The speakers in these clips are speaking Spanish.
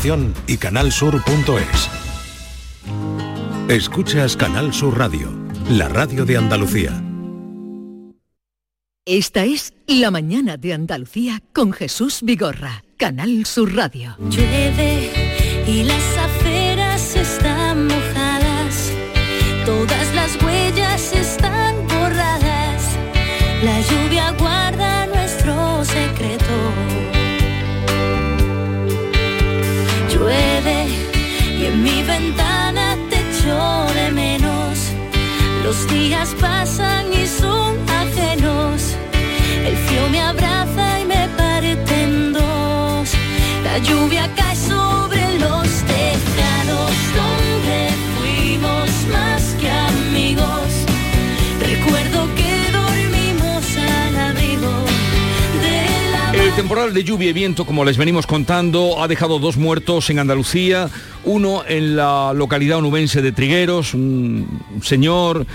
aplicación y canalsur.es. Escuchas Canal Sur Radio, la radio de Andalucía. Esta es La Mañana de Andalucía con Jesús Vigorra, Canal Sur Radio. Llueve y las aceras están mojadas, todas las huellas están borradas, la lluvia guarda nuestro secreto. Llueve y en mi ventana te echo de menos, los días pasan y son ajenos, el frío me abraza y me parte en dos, la lluvia cae sobre los tejados donde fuimos más que amigos, recuerdo que dormimos al abrigo de la... El temporal de lluvia y viento, como les venimos contando, ha dejado 2 muertos en Andalucía, uno en la localidad onubense de Trigueros, un señor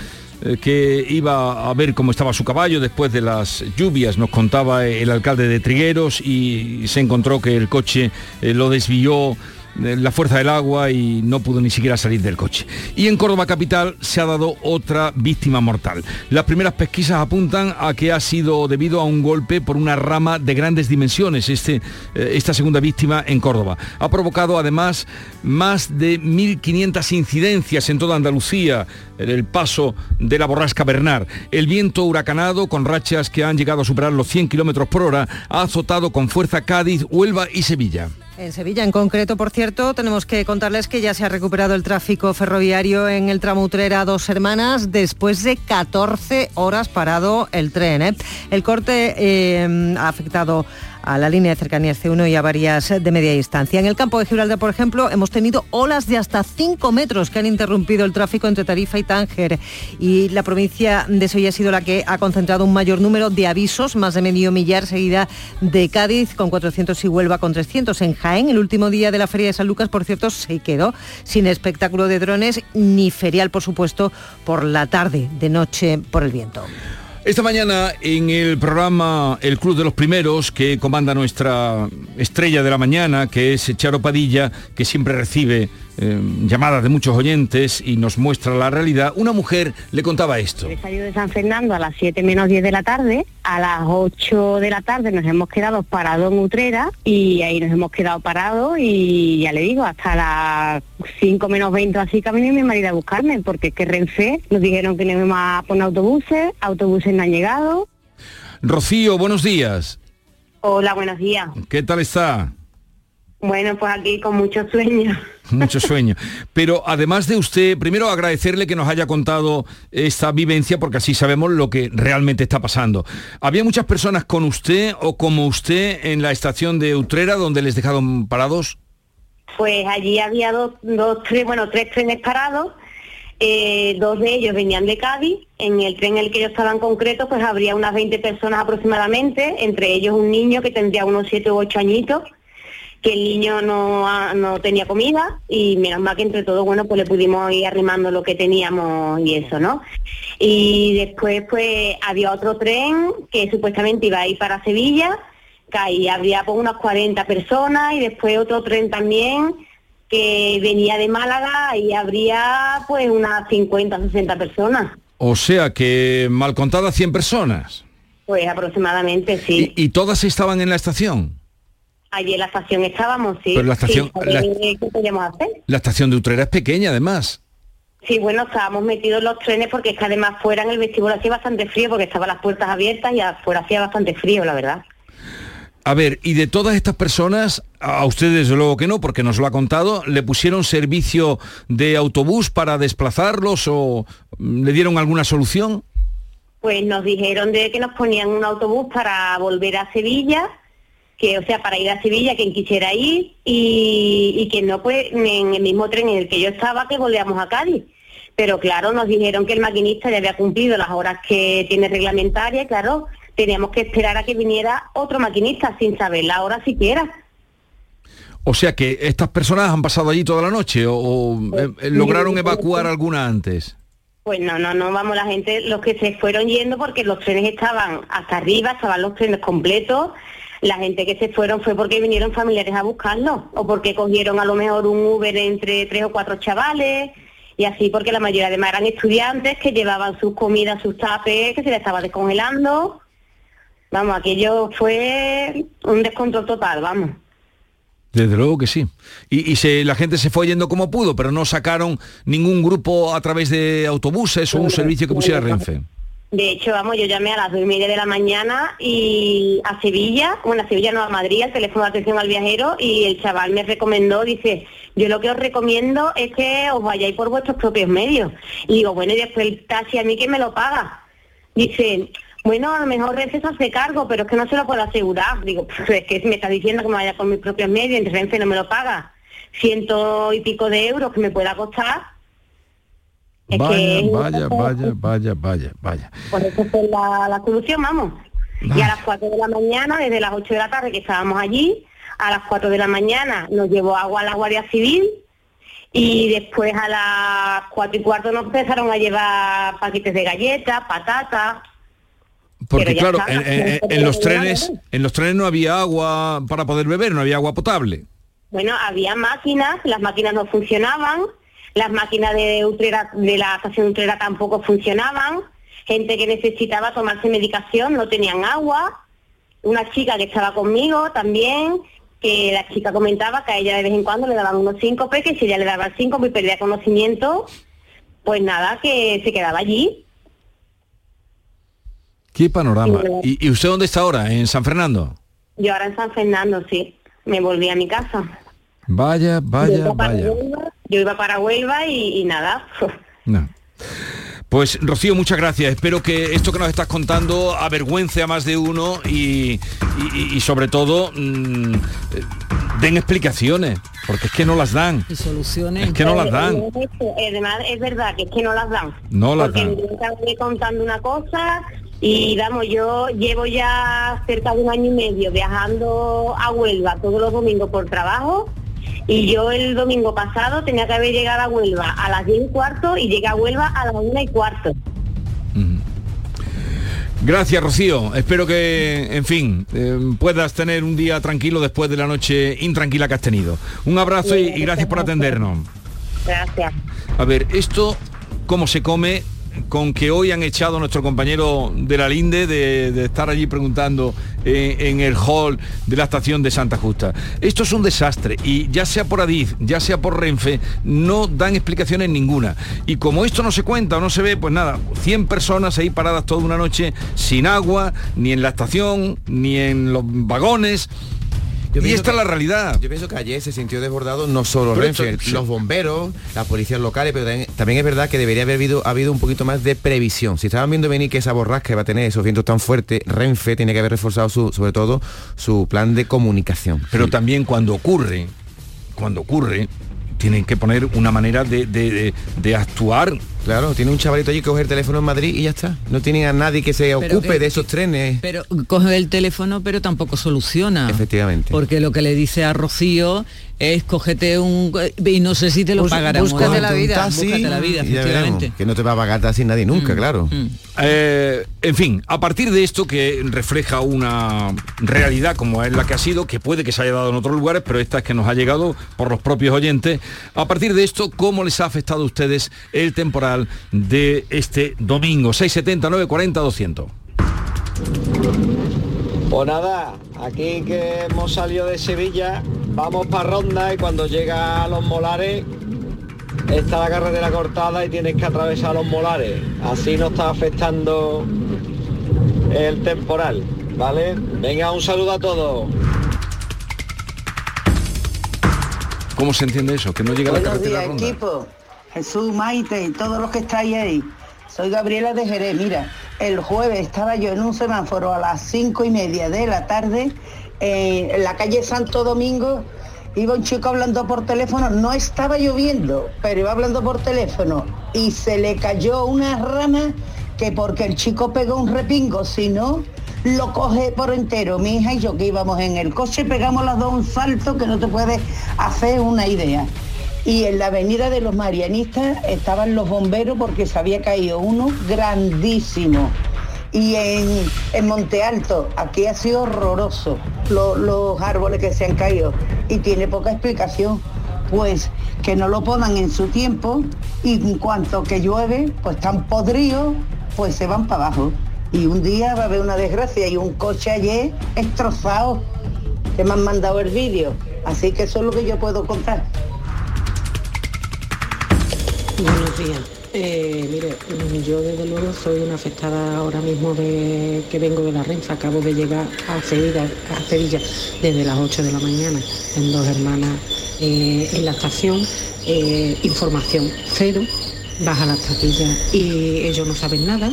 que iba a ver cómo estaba su caballo después de las lluvias, nos contaba el alcalde de Trigueros, y se encontró que el coche lo desvió la fuerza del agua y no pudo ni siquiera salir del coche. Y en Córdoba capital se ha dado otra víctima mortal. Las primeras pesquisas apuntan a que ha sido debido a un golpe por una rama de grandes dimensiones. Esta segunda víctima en Córdoba ha provocado además más de 1.500 incidencias en toda Andalucía. El paso de la borrasca Bernard, el viento huracanado con rachas que han llegado a superar los 100 km por hora, ha azotado con fuerza Cádiz, Huelva y Sevilla. En Sevilla, en concreto, por cierto, tenemos que contarles que ya se ha recuperado el tráfico ferroviario en el tramo Utrera-Dos Hermanas después de 14 horas parado el tren. El corte ha afectado a la línea de cercanías C1 y a varias de media distancia. En el campo de Gibraltar, por ejemplo, hemos tenido olas de hasta 5 metros que han interrumpido el tráfico entre Tarifa y Tánger, y la provincia de Sevilla ha sido la que ha concentrado un mayor número de avisos, más de medio millar, seguida de Cádiz con 400 y Huelva con 300. En Jaén, el último día de la Feria de San Lucas, por cierto, se quedó sin espectáculo de drones ni ferial, por supuesto, por la tarde, de noche, por el viento. Esta mañana en el programa El Club de los Primeros, que comanda nuestra estrella de la mañana, que es Charo Padilla, que siempre recibe llamadas de muchos oyentes y nos muestra la realidad, una mujer le contaba esto. He salido de San Fernando a las 7 menos 10 de la tarde, a las 8 de la tarde nos hemos quedado parados en Utrera y ahí nos hemos quedado parados y ya le digo, hasta las 5 menos 20 así que vino mi marido a buscarme, porque es que Renfe nos dijeron que no íbamos a poner autobuses no han llegado. Rocío, buenos días. Hola, buenos días. ¿Qué tal está? Bueno, pues aquí con mucho sueño. Mucho sueño. Pero además de usted, primero agradecerle que nos haya contado esta vivencia, porque así sabemos lo que realmente está pasando. ¿Había muchas personas con usted o como usted en la estación de Utrera donde les dejaron parados? Pues allí había tres trenes parados. 2 de ellos venían de Cádiz. En el tren en el que yo estaba en concreto, pues habría unas 20 personas aproximadamente, entre ellos un niño que tendría unos 7 u 8 añitos, que el niño no tenía comida y menos mal que entre todos, bueno, pues le pudimos ir arrimando lo que teníamos y eso, ¿no? Y después, pues, había otro tren que supuestamente iba a ir para Sevilla, que ahí habría pues unas 40 personas, y después otro tren también que venía de Málaga y habría pues unas 50 o 60 personas. O sea que mal contadas 100 personas. Pues aproximadamente, sí. ¿Y todas estaban en la estación? Allí en la estación estábamos, sí. Pero la estación, sí, ¿qué podíamos hacer? La estación de Utrera es pequeña, además. Sí, bueno, estábamos metidos en los trenes porque es que además fuera en el vestíbulo hacía bastante frío porque estaban las puertas abiertas y afuera hacía bastante frío, la verdad. A ver, y de todas estas personas, a ustedes desde luego que no, porque nos lo ha contado, ¿le pusieron servicio de autobús para desplazarlos o le dieron alguna solución? Pues nos dijeron de que nos ponían un autobús para volver a Sevilla, para ir a Sevilla quien quisiera ir, y que no, pues en el mismo tren en el que yo estaba, que volvíamos a Cádiz. Pero claro, nos dijeron que el maquinista ya había cumplido las horas que tiene reglamentarias, y claro, teníamos que esperar a que viniera otro maquinista sin saber la hora siquiera. O sea que estas personas han pasado allí toda la noche o lograron evacuar alguna antes. Pues no, vamos, la gente, los que se fueron yendo porque los trenes estaban hasta arriba, estaban los trenes completos, La gente que se fueron fue porque vinieron familiares a buscarlo, o porque cogieron a lo mejor un Uber entre 3 o 4 chavales, y así, porque la mayoría además eran estudiantes que llevaban sus comidas, sus tapes, que se les estaba descongelando. Vamos, aquello fue un descontrol total, vamos. Desde luego que sí. Y la gente se fue yendo como pudo, pero no sacaron ningún grupo a través de autobuses o un servicio que pusiera Renfe. De hecho, vamos, yo llamé a las 2:30 de la mañana y a Sevilla, bueno, a Sevilla no, a Madrid, al teléfono de atención al viajero, y el chaval me recomendó, dice, yo lo que os recomiendo es que os vayáis por vuestros propios medios. Y digo, bueno, y después el taxi a mí, ¿quién me lo paga? Dice, bueno, a lo mejor Renfe se hace cargo, pero es que no se lo puedo asegurar. Digo, pues es que me está diciendo que me vaya por mis propios medios, y Renfe no me lo paga. 100 y pico de euros que me pueda costar. Vaya. Por eso fue la solución, vamos. Y a las 4 de la mañana, desde las 8 de la tarde que estábamos allí, a las 4 de la mañana nos llevó agua a la Guardia Civil, y después a las 4:15 nos empezaron a llevar paquetes de galletas, patatas. Porque claro, en los trenes no había agua para poder beber, no había agua potable. Bueno, había máquinas, las máquinas no funcionaban. Las máquinas de la estación Utrera tampoco funcionaban. Gente que necesitaba tomarse medicación no tenían agua. Una chica que estaba conmigo también, que la chica comentaba que a ella de vez en cuando le daban unos síncopes, que si ella le daba síncope y perdía conocimiento, pues nada, que se quedaba allí. Qué panorama. ¿Y usted dónde está ahora? ¿En San Fernando? Yo ahora en San Fernando, sí. Me volví a mi casa. Vaya. Yo iba para Huelva y nada. No. Pues Rocío, muchas gracias. Espero que esto que nos estás contando avergüence a más de uno y sobre todo den explicaciones, porque es que no las dan. Y soluciones. Es que no las dan. Además, es verdad que es que no las dan. No las dan. Porque me estaba contando una cosa y vamos, yo llevo ya cerca de 1 año y medio viajando a Huelva todos los domingos por trabajo. Y yo el domingo pasado tenía que haber llegado a Huelva a las 10:15 y llegué a Huelva a las 1:15. Gracias, Rocío. Espero que, en fin, puedas tener un día tranquilo después de la noche intranquila que has tenido. Un abrazo y gracias por atendernos. Gracias. A ver, esto, ¿cómo se come? Con que hoy han echado a nuestro compañero de la Linde de estar allí preguntando en el hall de la estación de Santa Justa. Esto es un desastre y ya sea por Adif, ya sea por Renfe, no dan explicaciones ninguna. Y como esto no se cuenta o no se ve, pues nada, 100 personas ahí paradas toda una noche sin agua, ni en la estación, ni en los vagones. Y esta es la realidad. Yo pienso que ayer se sintió desbordado no solo Renfe, los bomberos, las policías locales, pero también es verdad que debería haber habido un poquito más de previsión. Si estaban viendo venir que esa borrasca iba a tener esos vientos tan fuertes, Renfe tiene que haber reforzado sobre todo su plan de comunicación. Pero también cuando ocurre, tienen que poner una manera de actuar. Claro, tiene un chavalito allí que coge el teléfono en Madrid y ya está. No tienen a nadie que se ocupe de esos trenes. Pero coge el teléfono, pero tampoco soluciona. Efectivamente. Porque lo que le dice a Rocío es cógete y no sé si te lo pagarán. Búscate la vida. Búscate la vida, efectivamente. Que no te va a pagar taxi nadie nunca, claro. En fin, a partir de esto que refleja una realidad como es la que ha sido, que puede que se haya dado en otros lugares, pero esta es que nos ha llegado por los propios oyentes, a partir de esto, ¿cómo les ha afectado a ustedes el temporal de este domingo? 670 940 200. Pues nada, aquí que hemos salido de Sevilla, vamos para Ronda y cuando llega a Los Molares está la carretera cortada y tienes que atravesar Los Molares. Así nos está afectando el temporal, ¿vale? Venga, un saludo a todos. ¿Cómo se entiende eso? Que no llega la carretera Ronda. Equipo. Jesús, Maite y todos los que estáis ahí. Soy Gabriela de Jerez. Mira, el jueves estaba yo en un semáforo a las 5:30 de la tarde en la calle Santo Domingo. Iba un chico hablando por teléfono, no estaba lloviendo, pero iba hablando por teléfono y se le cayó una rama que porque el chico pegó un repingo, si no, lo coge por entero. Mi hija y yo que íbamos en el coche pegamos las dos un salto que no te puedes hacer una idea. Y en la avenida de los Marianistas estaban los bomberos porque se había caído uno grandísimo. Y en Monte Alto, aquí ha sido horroroso los árboles que se han caído y tiene poca explicación. Pues que no lo podan en su tiempo y en cuanto que llueve, pues están podridos, pues se van para abajo. Y un día va a haber una desgracia y un coche ayer destrozado, que me han mandado el vídeo. Así que eso es lo que yo puedo contar. Buenos días. Mire, yo desde luego soy una afectada ahora mismo que vengo de la Renfe. Acabo de llegar a Sevilla desde las 8 de la mañana en Dos Hermanas en la estación. Información cero, baja la estampilla y ellos no saben nada.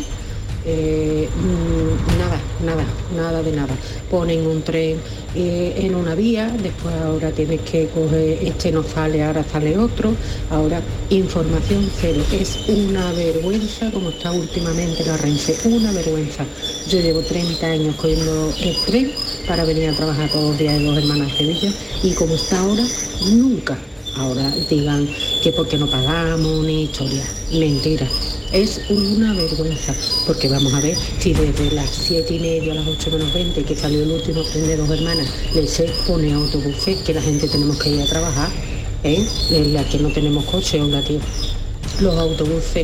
Nada de nada. Ponen un tren en una vía, después ahora tienes que coger, este no sale, ahora sale otro, ahora información cero. Es una vergüenza como está últimamente la Renfe, una vergüenza. Yo llevo 30 años cogiendo el tren para venir a trabajar todos los días de Dos Hermanas de Sevilla y como está ahora, nunca. Ahora digan que porque no pagamos ni historia. Mentira. Es una vergüenza, porque vamos a ver, si desde las 7:30 a las 8 menos 20 que salió el último tren de Dos Hermanas, se pone autobuses, que la gente tenemos que ir a trabajar, en la que no tenemos coche, oiga, tío. Los autobuses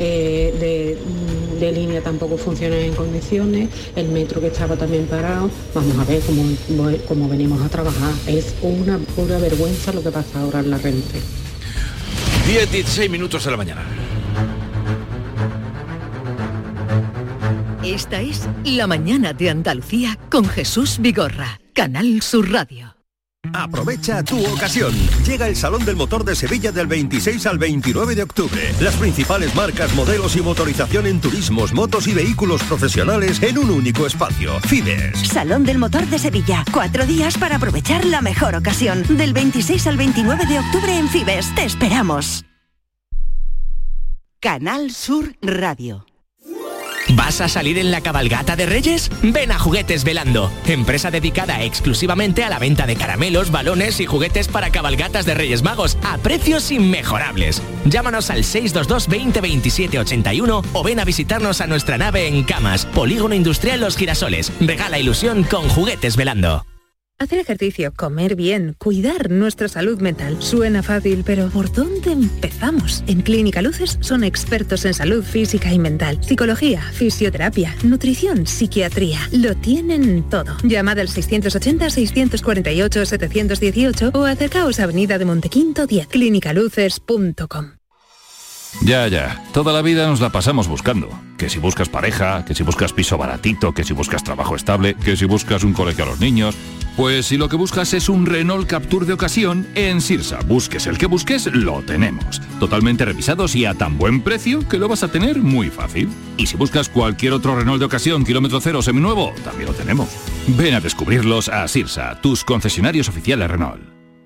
de línea tampoco funcionan en condiciones, el metro que estaba también parado, vamos a ver cómo venimos a trabajar. Es una pura vergüenza lo que pasa ahora en la Renfe. 10:16 minutos de la mañana. Esta es La Mañana de Andalucía con Jesús Vigorra, Canal Sur Radio. Aprovecha tu ocasión. Llega el Salón del Motor de Sevilla del 26 al 29 de octubre. Las principales marcas, modelos y motorización en turismos, motos y vehículos profesionales en un único espacio. Fibes. Salón del Motor de Sevilla. 4 días para aprovechar la mejor ocasión. Del 26 al 29 de octubre en Fibes. Te esperamos. Canal Sur Radio. ¿Vas a salir en la cabalgata de Reyes? Ven a Juguetes Velando, empresa dedicada exclusivamente a la venta de caramelos, balones y juguetes para cabalgatas de Reyes Magos a precios inmejorables. Llámanos al 622 20 27 81 o ven a visitarnos a nuestra nave en Camas, Polígono Industrial Los Girasoles. Regala ilusión con Juguetes Velando. Hacer ejercicio, comer bien, cuidar nuestra salud mental. Suena fácil, pero ¿por dónde empezamos? En Clínica Luces son expertos en salud física y mental, psicología, fisioterapia, nutrición, psiquiatría. Lo tienen todo. Llamad al 680-648-718 o acercaos a Avenida de Montequinto 10, clinicaluces.com. Ya, toda la vida nos la pasamos buscando. Que si buscas pareja, que si buscas piso baratito, que si buscas trabajo estable, que si buscas un colegio a los niños. Pues si lo que buscas es un Renault Captur de ocasión, en Sirsa, busques el que busques, lo tenemos. Totalmente revisados y a tan buen precio que lo vas a tener muy fácil. Y si buscas cualquier otro Renault de ocasión, kilómetro cero, seminuevo, también lo tenemos. Ven a descubrirlos a Sirsa, tus concesionarios oficiales Renault.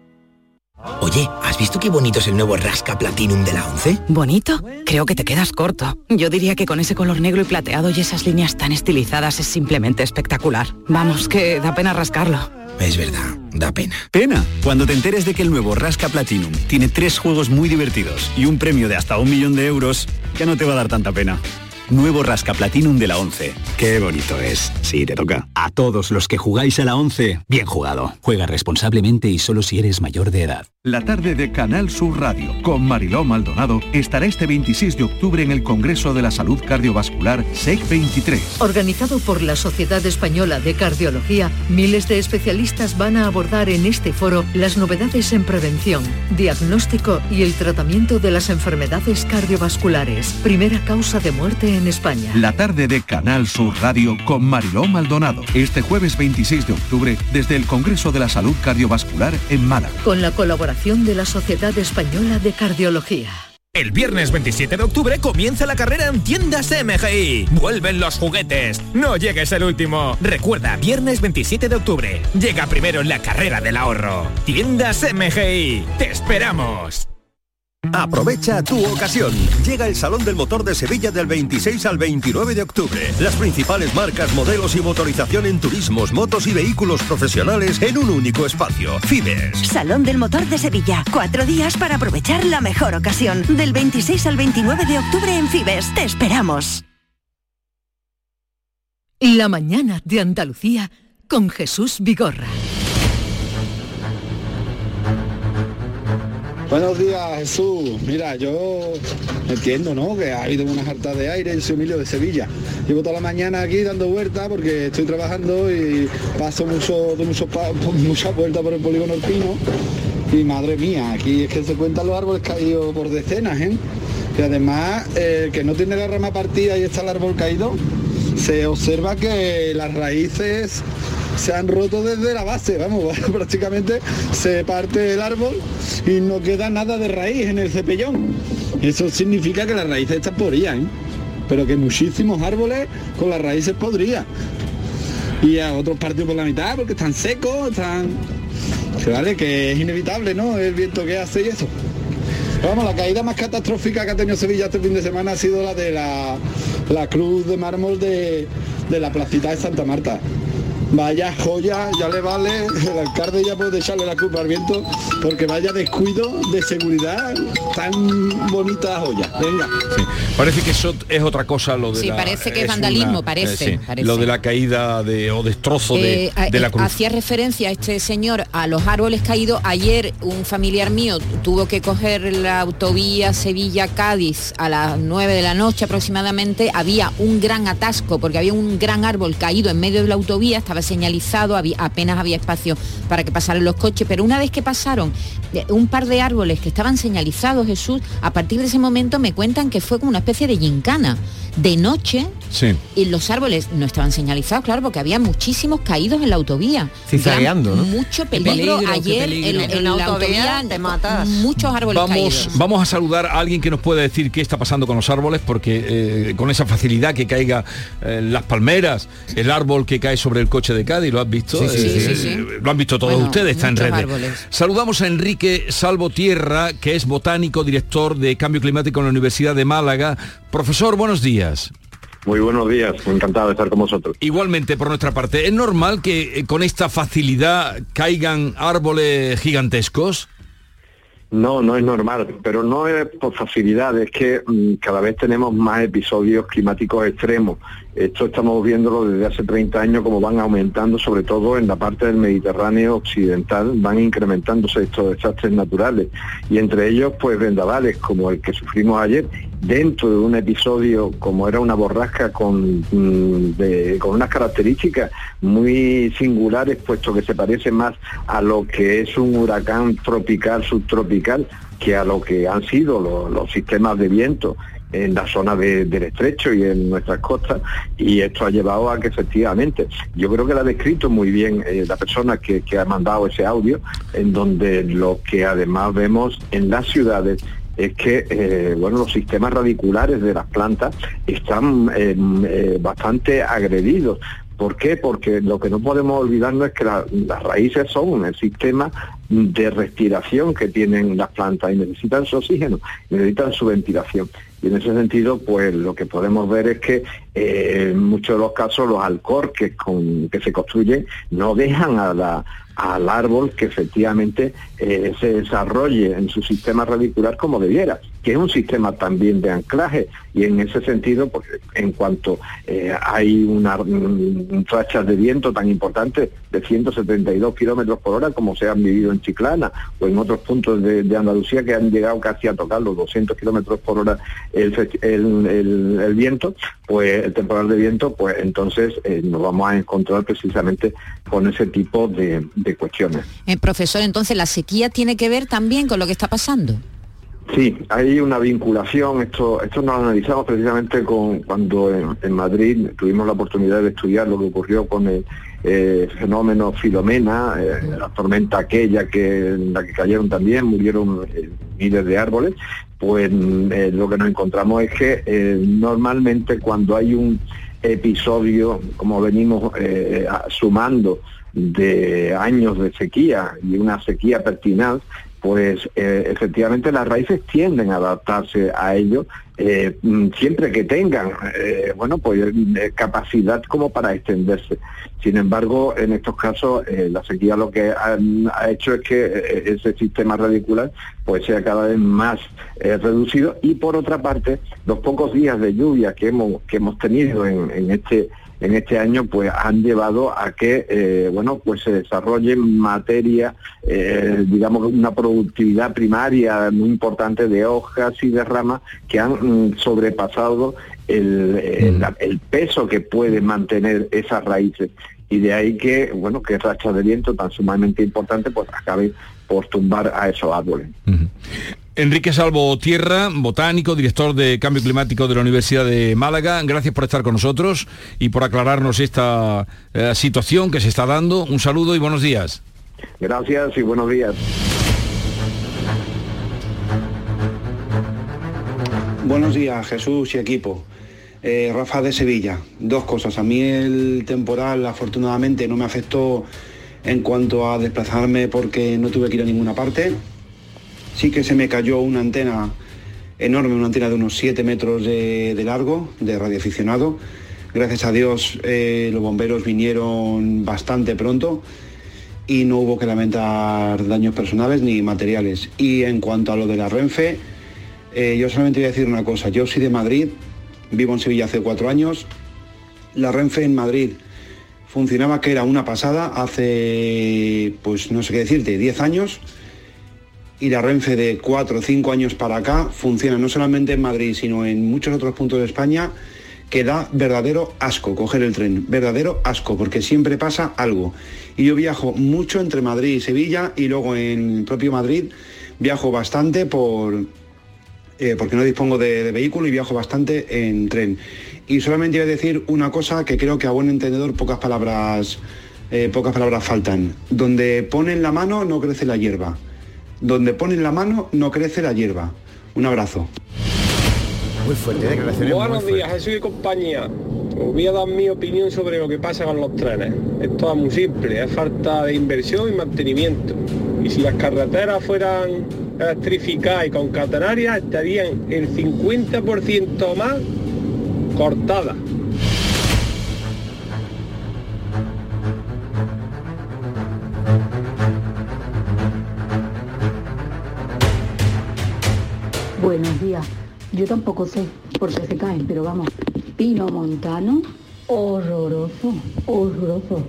Oye, ¿has visto qué bonito es el nuevo Rasca Platinum de la 11? ¿Bonito? Creo que te quedas corto. Yo diría que con ese color negro y plateado y esas líneas tan estilizadas es simplemente espectacular. Vamos, que da pena rascarlo. Es verdad, da pena. Pena, cuando te enteres de que el nuevo Rasca Platinum tiene 3 juegos muy divertidos y un premio de hasta 1 millón de euros, ya no te va a dar tanta pena. Nuevo Rasca Platinum de la 11. Qué bonito es. Sí, te toca. A todos los que jugáis a la 11, bien jugado. Juega responsablemente y solo si eres mayor de edad. La tarde de Canal Sur Radio con Mariló Maldonado estará este 26 de octubre en el Congreso de la Salud Cardiovascular SEC 23. Organizado por la Sociedad Española de Cardiología, miles de especialistas van a abordar en este foro las novedades en prevención, diagnóstico y el tratamiento de las enfermedades cardiovasculares, primera causa de muerte en España. La tarde de Canal Sur Radio con Mariló Maldonado, este jueves 26 de octubre desde el Congreso de la Salud Cardiovascular en Málaga. Con la colaboración de la Sociedad Española de Cardiología. El viernes 27 de octubre comienza la carrera en Tiendas MGI. Vuelven los juguetes. No llegues el último. Recuerda, viernes 27 de octubre. Llega primero en la carrera del ahorro. Tiendas MGI. ¡Te esperamos! Aprovecha tu ocasión. Llega el Salón del Motor de Sevilla del 26 al 29 de octubre. Las principales marcas, modelos y motorización en turismos, motos y vehículos profesionales en un único espacio. Fibes. Salón del Motor de Sevilla. 4 días para aprovechar la mejor ocasión. Del 26 al 29 de octubre en Fibes. Te esperamos. La mañana de Andalucía con Jesús Vigorra. Buenos días, Jesús. Mira, yo entiendo, ¿no?, que ha habido unas hartas de aire. Yo soy Emilio de Sevilla. Llevo toda la mañana aquí dando vueltas porque estoy trabajando y paso muchas vueltas por el polígono Alpino. Y madre mía, aquí es que se cuentan los árboles caídos por decenas, ¿eh? Y además, que no tiene la rama partida y está el árbol caído, se observa que las raíces se han roto desde la base, vamos, prácticamente se parte el árbol y no queda nada de raíz en el cepellón. Eso significa que las raíces están podridas, ¿eh? Pero que muchísimos árboles con las raíces podridas. Y a otros partidos por la mitad porque están secos, que vale, que es inevitable, ¿no?, el viento que hace y eso. Vamos, la caída más catastrófica que ha tenido Sevilla este fin de semana ha sido la de la cruz de mármol de la placita de Santa Marta. Vaya joya, ya le vale, el alcalde ya puede echarle la culpa al viento, porque vaya descuido de seguridad, tan bonita joya. Venga. Sí, parece que eso es otra cosa, lo de parece que es vandalismo, parece. Lo de la caída o destrozo de la cruz. Hacía referencia este señor a los árboles caídos. Ayer un familiar mío tuvo que coger la autovía Sevilla-Cádiz a las 9 de la noche aproximadamente. Había un gran atasco porque había un gran árbol caído en medio de la autovía, estaba señalizado, apenas había espacio para que pasaran los coches, pero una vez que pasaron un par de árboles que estaban señalizados, Jesús, a partir de ese momento me cuentan que fue como una especie de gincana de noche. Sí. Y los árboles no estaban señalizados, claro, porque había muchísimos caídos en la autovía. Cizagueando, ¿no? Mucho peligro ayer en la autovía, te matas. Muchos árboles caídos. Vamos a saludar a alguien que nos pueda decir qué está pasando con los árboles, porque con esa facilidad que caiga las palmeras, el árbol que cae sobre el coche de Cádiz, ¿lo has visto? Sí. Lo han visto todos ustedes, está en redes. Árboles. Saludamos a Enrique Salvotierra, que es botánico, director de Cambio Climático en la Universidad de Málaga. Profesor, buenos días. Muy buenos días, encantado de estar con vosotros. Igualmente, por nuestra parte, ¿es normal que con esta facilidad caigan árboles gigantescos? No, no es normal, pero no es por facilidad, es que cada vez tenemos más episodios climáticos extremos. Esto estamos viéndolo desde hace 30 años, como van aumentando, sobre todo en la parte del Mediterráneo occidental, van incrementándose estos desastres naturales. Y entre ellos, pues vendavales, como el que sufrimos ayer, dentro de un episodio como era una borrasca con unas características muy singulares, puesto que se parece más a lo que es un huracán tropical, subtropical, que a lo que han sido los sistemas de viento en la zona del estrecho y en nuestras costas, y esto ha llevado a que efectivamente, yo creo que lo ha descrito muy bien la persona que ha mandado ese audio, en donde lo que además vemos en las ciudades es que los sistemas radiculares de las plantas están bastante agredidos. ¿Por qué? Porque lo que no podemos olvidarnos es que las raíces son el sistema de respiración que tienen las plantas y necesitan su oxígeno, necesitan su ventilación. Y en ese sentido, pues lo que podemos ver es que en muchos de los casos los alcorques que se construyen no dejan al árbol que efectivamente se desarrolle en su sistema radicular como debiera, que es un sistema también de anclaje, y en ese sentido, pues, en cuanto hay un rachas de viento tan importante de 172 kilómetros por hora como se han vivido en Chiclana o en otros puntos de Andalucía, que han llegado casi a tocar los 200 kilómetros por hora el viento, pues el temporal de viento, pues entonces nos vamos a encontrar precisamente con ese tipo de cuestiones. Profesor, entonces la sequía tiene que ver también con lo que está pasando. Sí, hay una vinculación. Esto nos lo analizamos precisamente cuando en Madrid tuvimos la oportunidad de estudiar lo que ocurrió con el fenómeno Filomena, la tormenta aquella en la que cayeron también, murieron miles de árboles. Pues lo que nos encontramos es que normalmente cuando hay un episodio, como venimos sumando, de años de sequía y una sequía pertinaz, pues efectivamente las raíces tienden a adaptarse a ello, siempre que tengan capacidad como para extenderse. Sin embargo, en estos casos la sequía lo que ha hecho es que ese sistema radicular pues sea cada vez más reducido, y por otra parte los pocos días de lluvia que hemos tenido en en este año, pues han llevado a que pues se desarrolle materia, digamos, una productividad primaria muy importante de hojas y de ramas que han sobrepasado el peso que pueden mantener esas raíces. Y de ahí que, bueno, que rachas de viento tan sumamente importantes pues acaben por tumbar a esos árboles. Enrique Salvo Tierra, botánico, director de Cambio Climático de la Universidad de Málaga, gracias por estar con nosotros y por aclararnos esta situación que se está dando. Un saludo y buenos días. Gracias y buenos días. Buenos días, Jesús y equipo. Rafa de Sevilla. Dos cosas. A mí el temporal afortunadamente no me afectó en cuanto a desplazarme porque no tuve que ir a ninguna parte. Sí que se me cayó una antena enorme, una antena de unos 7 metros de largo, de radioaficionado. Gracias a Dios los bomberos vinieron bastante pronto y no hubo que lamentar daños personales ni materiales. Y en cuanto a lo de la Renfe, yo solamente voy a decir una cosa. Yo soy de Madrid, vivo en Sevilla hace 4 años. La Renfe en Madrid funcionaba que era una pasada hace, pues no sé qué decirte, 10 años. Y la Renfe de 4 o 5 años para acá funciona no solamente en Madrid, sino en muchos otros puntos de España, que da verdadero asco coger el tren, verdadero asco, porque siempre pasa algo. Y yo viajo mucho entre Madrid y Sevilla, y luego en el propio Madrid viajo bastante porque no dispongo de vehículo y viajo bastante en tren. Y solamente voy a decir una cosa que creo que a buen entendedor pocas palabras faltan. Donde ponen la mano no crece la hierba. Donde ponen la mano no crece la hierba. Un abrazo. Muy fuerte, declaraciones. Buenos días, Jesús y compañía. Os voy a dar mi opinión sobre lo que pasa con los trenes. Esto es muy simple, es falta de inversión y mantenimiento. Y si las carreteras fueran electrificadas y concatenarias, estarían el 50% más cortadas. Buenos días. Yo tampoco sé por qué se caen, pero vamos, pino montano, horroroso, horroroso.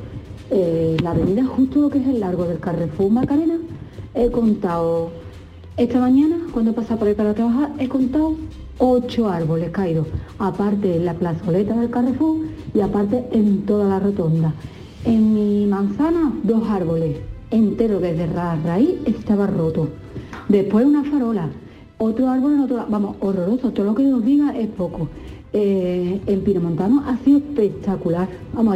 La avenida justo lo que es el largo del Carrefour Macarena, he contado, esta mañana cuando he pasado por ahí para trabajar, he contado 8 árboles caídos, aparte en la plazoleta del Carrefour y aparte en toda la rotonda. En mi manzana, 2 árboles, entero desde la raíz estaba roto. Después una farola. Otro árbol en otro lado, vamos, horroroso, todo lo que nos diga es poco. En Pinomontano ha sido espectacular. Vamos,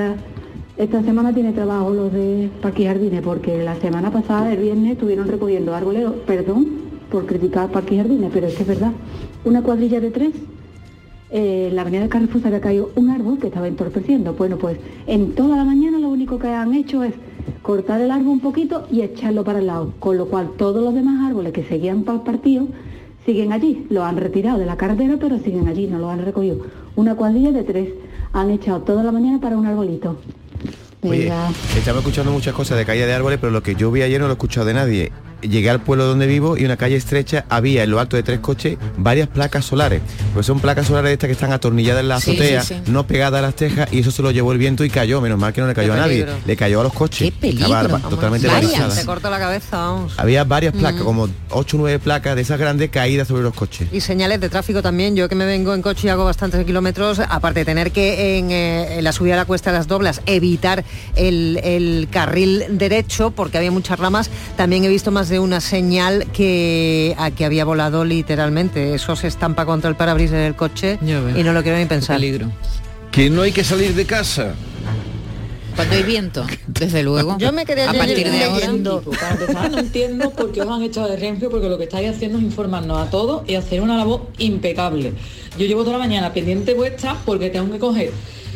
esta semana tiene trabajo los de Parques y Jardines, porque la semana pasada, el viernes, estuvieron recogiendo árboles, perdón por criticar Parques y Jardines, pero es que es verdad. Una cuadrilla de 3, en la avenida del Carrefour se había caído un árbol que estaba entorpeciendo. Bueno, pues en toda la mañana lo único que han hecho es cortar el árbol un poquito y echarlo para el lado, con lo cual todos los demás árboles que seguían partidos siguen allí, lo han retirado de la carretera pero siguen allí, no lo han recogido. Una cuadrilla de 3 han echado toda la mañana para un arbolito. Oye, estamos escuchando muchas cosas de caída de árboles, pero lo que yo vi ayer no lo he escuchado de nadie. Llegué al pueblo donde vivo y una calle estrecha había en lo alto de 3 coches varias placas solares. Pues son placas solares estas que están atornilladas en la azotea, no pegadas a las tejas, y eso se lo llevó el viento y cayó. Menos mal que no le cayó a nadie, le cayó a los coches. ¡Qué peligro! Estaba totalmente paralizada. Se cortó la cabeza, vamos. Había varias placas, como 8 o 9 placas de esas grandes caídas sobre los coches. Y señales de tráfico también. Yo que me vengo en coche y hago bastantes kilómetros, aparte de tener que en la subida a la cuesta de las Doblas evitar el carril derecho porque había muchas ramas, también he visto más de una señal que había volado literalmente. Eso se estampa contra el parabrisas del coche y no lo quiero ni pensar. Peligro. Que no hay que salir de casa. Cuando hay viento, desde luego. Yo me quería a partir de ahora. Para empezar, no entiendo por qué os han echado de Renfe, porque lo que estáis haciendo es informarnos a todos y hacer una labor impecable. Yo llevo toda la mañana pendiente vuestra porque tengo que coger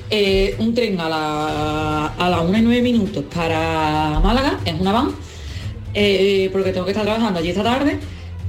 un tren a las 1:09 para Málaga, es una van, porque tengo que estar trabajando allí esta tarde.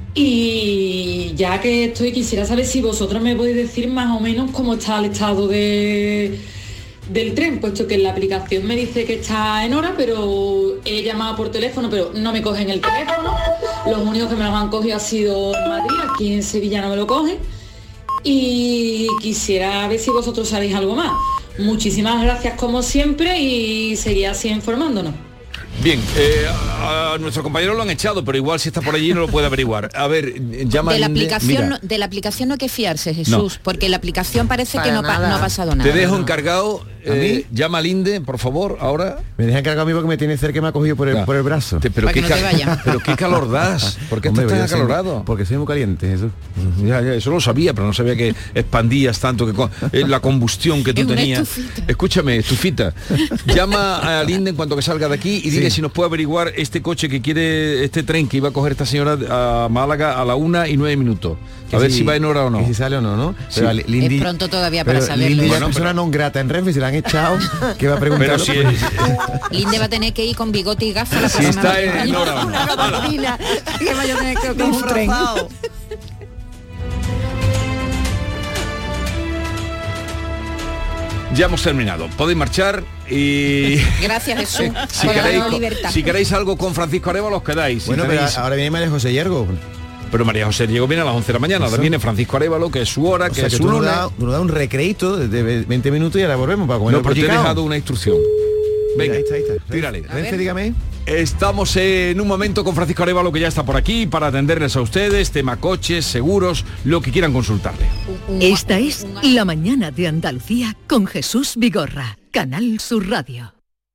Y ya que estoy, quisiera saber si vosotros me podéis decir más o menos cómo está el estado del tren, puesto que en la aplicación me dice que está en hora, pero he llamado por teléfono, pero no me cogen el teléfono. Los únicos que me lo han cogido ha sido en Madrid, aquí en Sevilla no me lo cogen. Y quisiera ver si vosotros sabéis algo más. Muchísimas gracias como siempre y seguid así informándonos. Bien, a nuestro compañero lo han echado, pero igual si está por allí no lo puede averiguar. A ver, llama... De la aplicación no hay que fiarse, Jesús, porque la aplicación parece que no ha pasado nada. Te dejo encargado, llama a Linde, por favor, ahora. Me deja encargado a mí porque me tiene cerca y me ha cogido por el brazo. Pero qué calor das, ¿por qué estás tan acalorado? Porque soy muy caliente, Jesús. Ya, eso lo sabía, pero no sabía que expandías tanto, que la combustión que tú tenías. Escúchame, estufita. Llama a Linde en cuanto que salga de aquí y dile si nos puede averiguar este coche que quiere, este tren que iba a coger esta señora a Málaga a la 1:09. A ver si va en hora o no. Que si sale o no, ¿no? Sí. Pero es pronto todavía para saberlo. Linde es persona non grata en Renfe, se la han echado, que va a preguntar. Linde va a tener que ir con bigote y gafas la si está en hora o no. Que vaya a tener que con un tren. Ya hemos terminado. Podéis marchar y... Gracias, Jesús. Si queréis algo con Francisco Arévalo, os quedáis. Bueno, pero ahora viene María José Yergo. Pero María José Diego viene a las 11 de la mañana. Ahora viene Francisco Arévalo, que es su hora, que es su lunes. Nos da un recreito de 20 minutos y ahora volvemos para comer. No, pero te he dejado una instrucción. Venga, ahí está. Tírale. Renfe, dígame. Estamos en un momento con Francisco Arévalo, que ya está por aquí para atenderles a ustedes, tema coches, seguros, lo que quieran consultarle. Esta es La Mañana de Andalucía con Jesús Vigorra, Canal Sur Radio.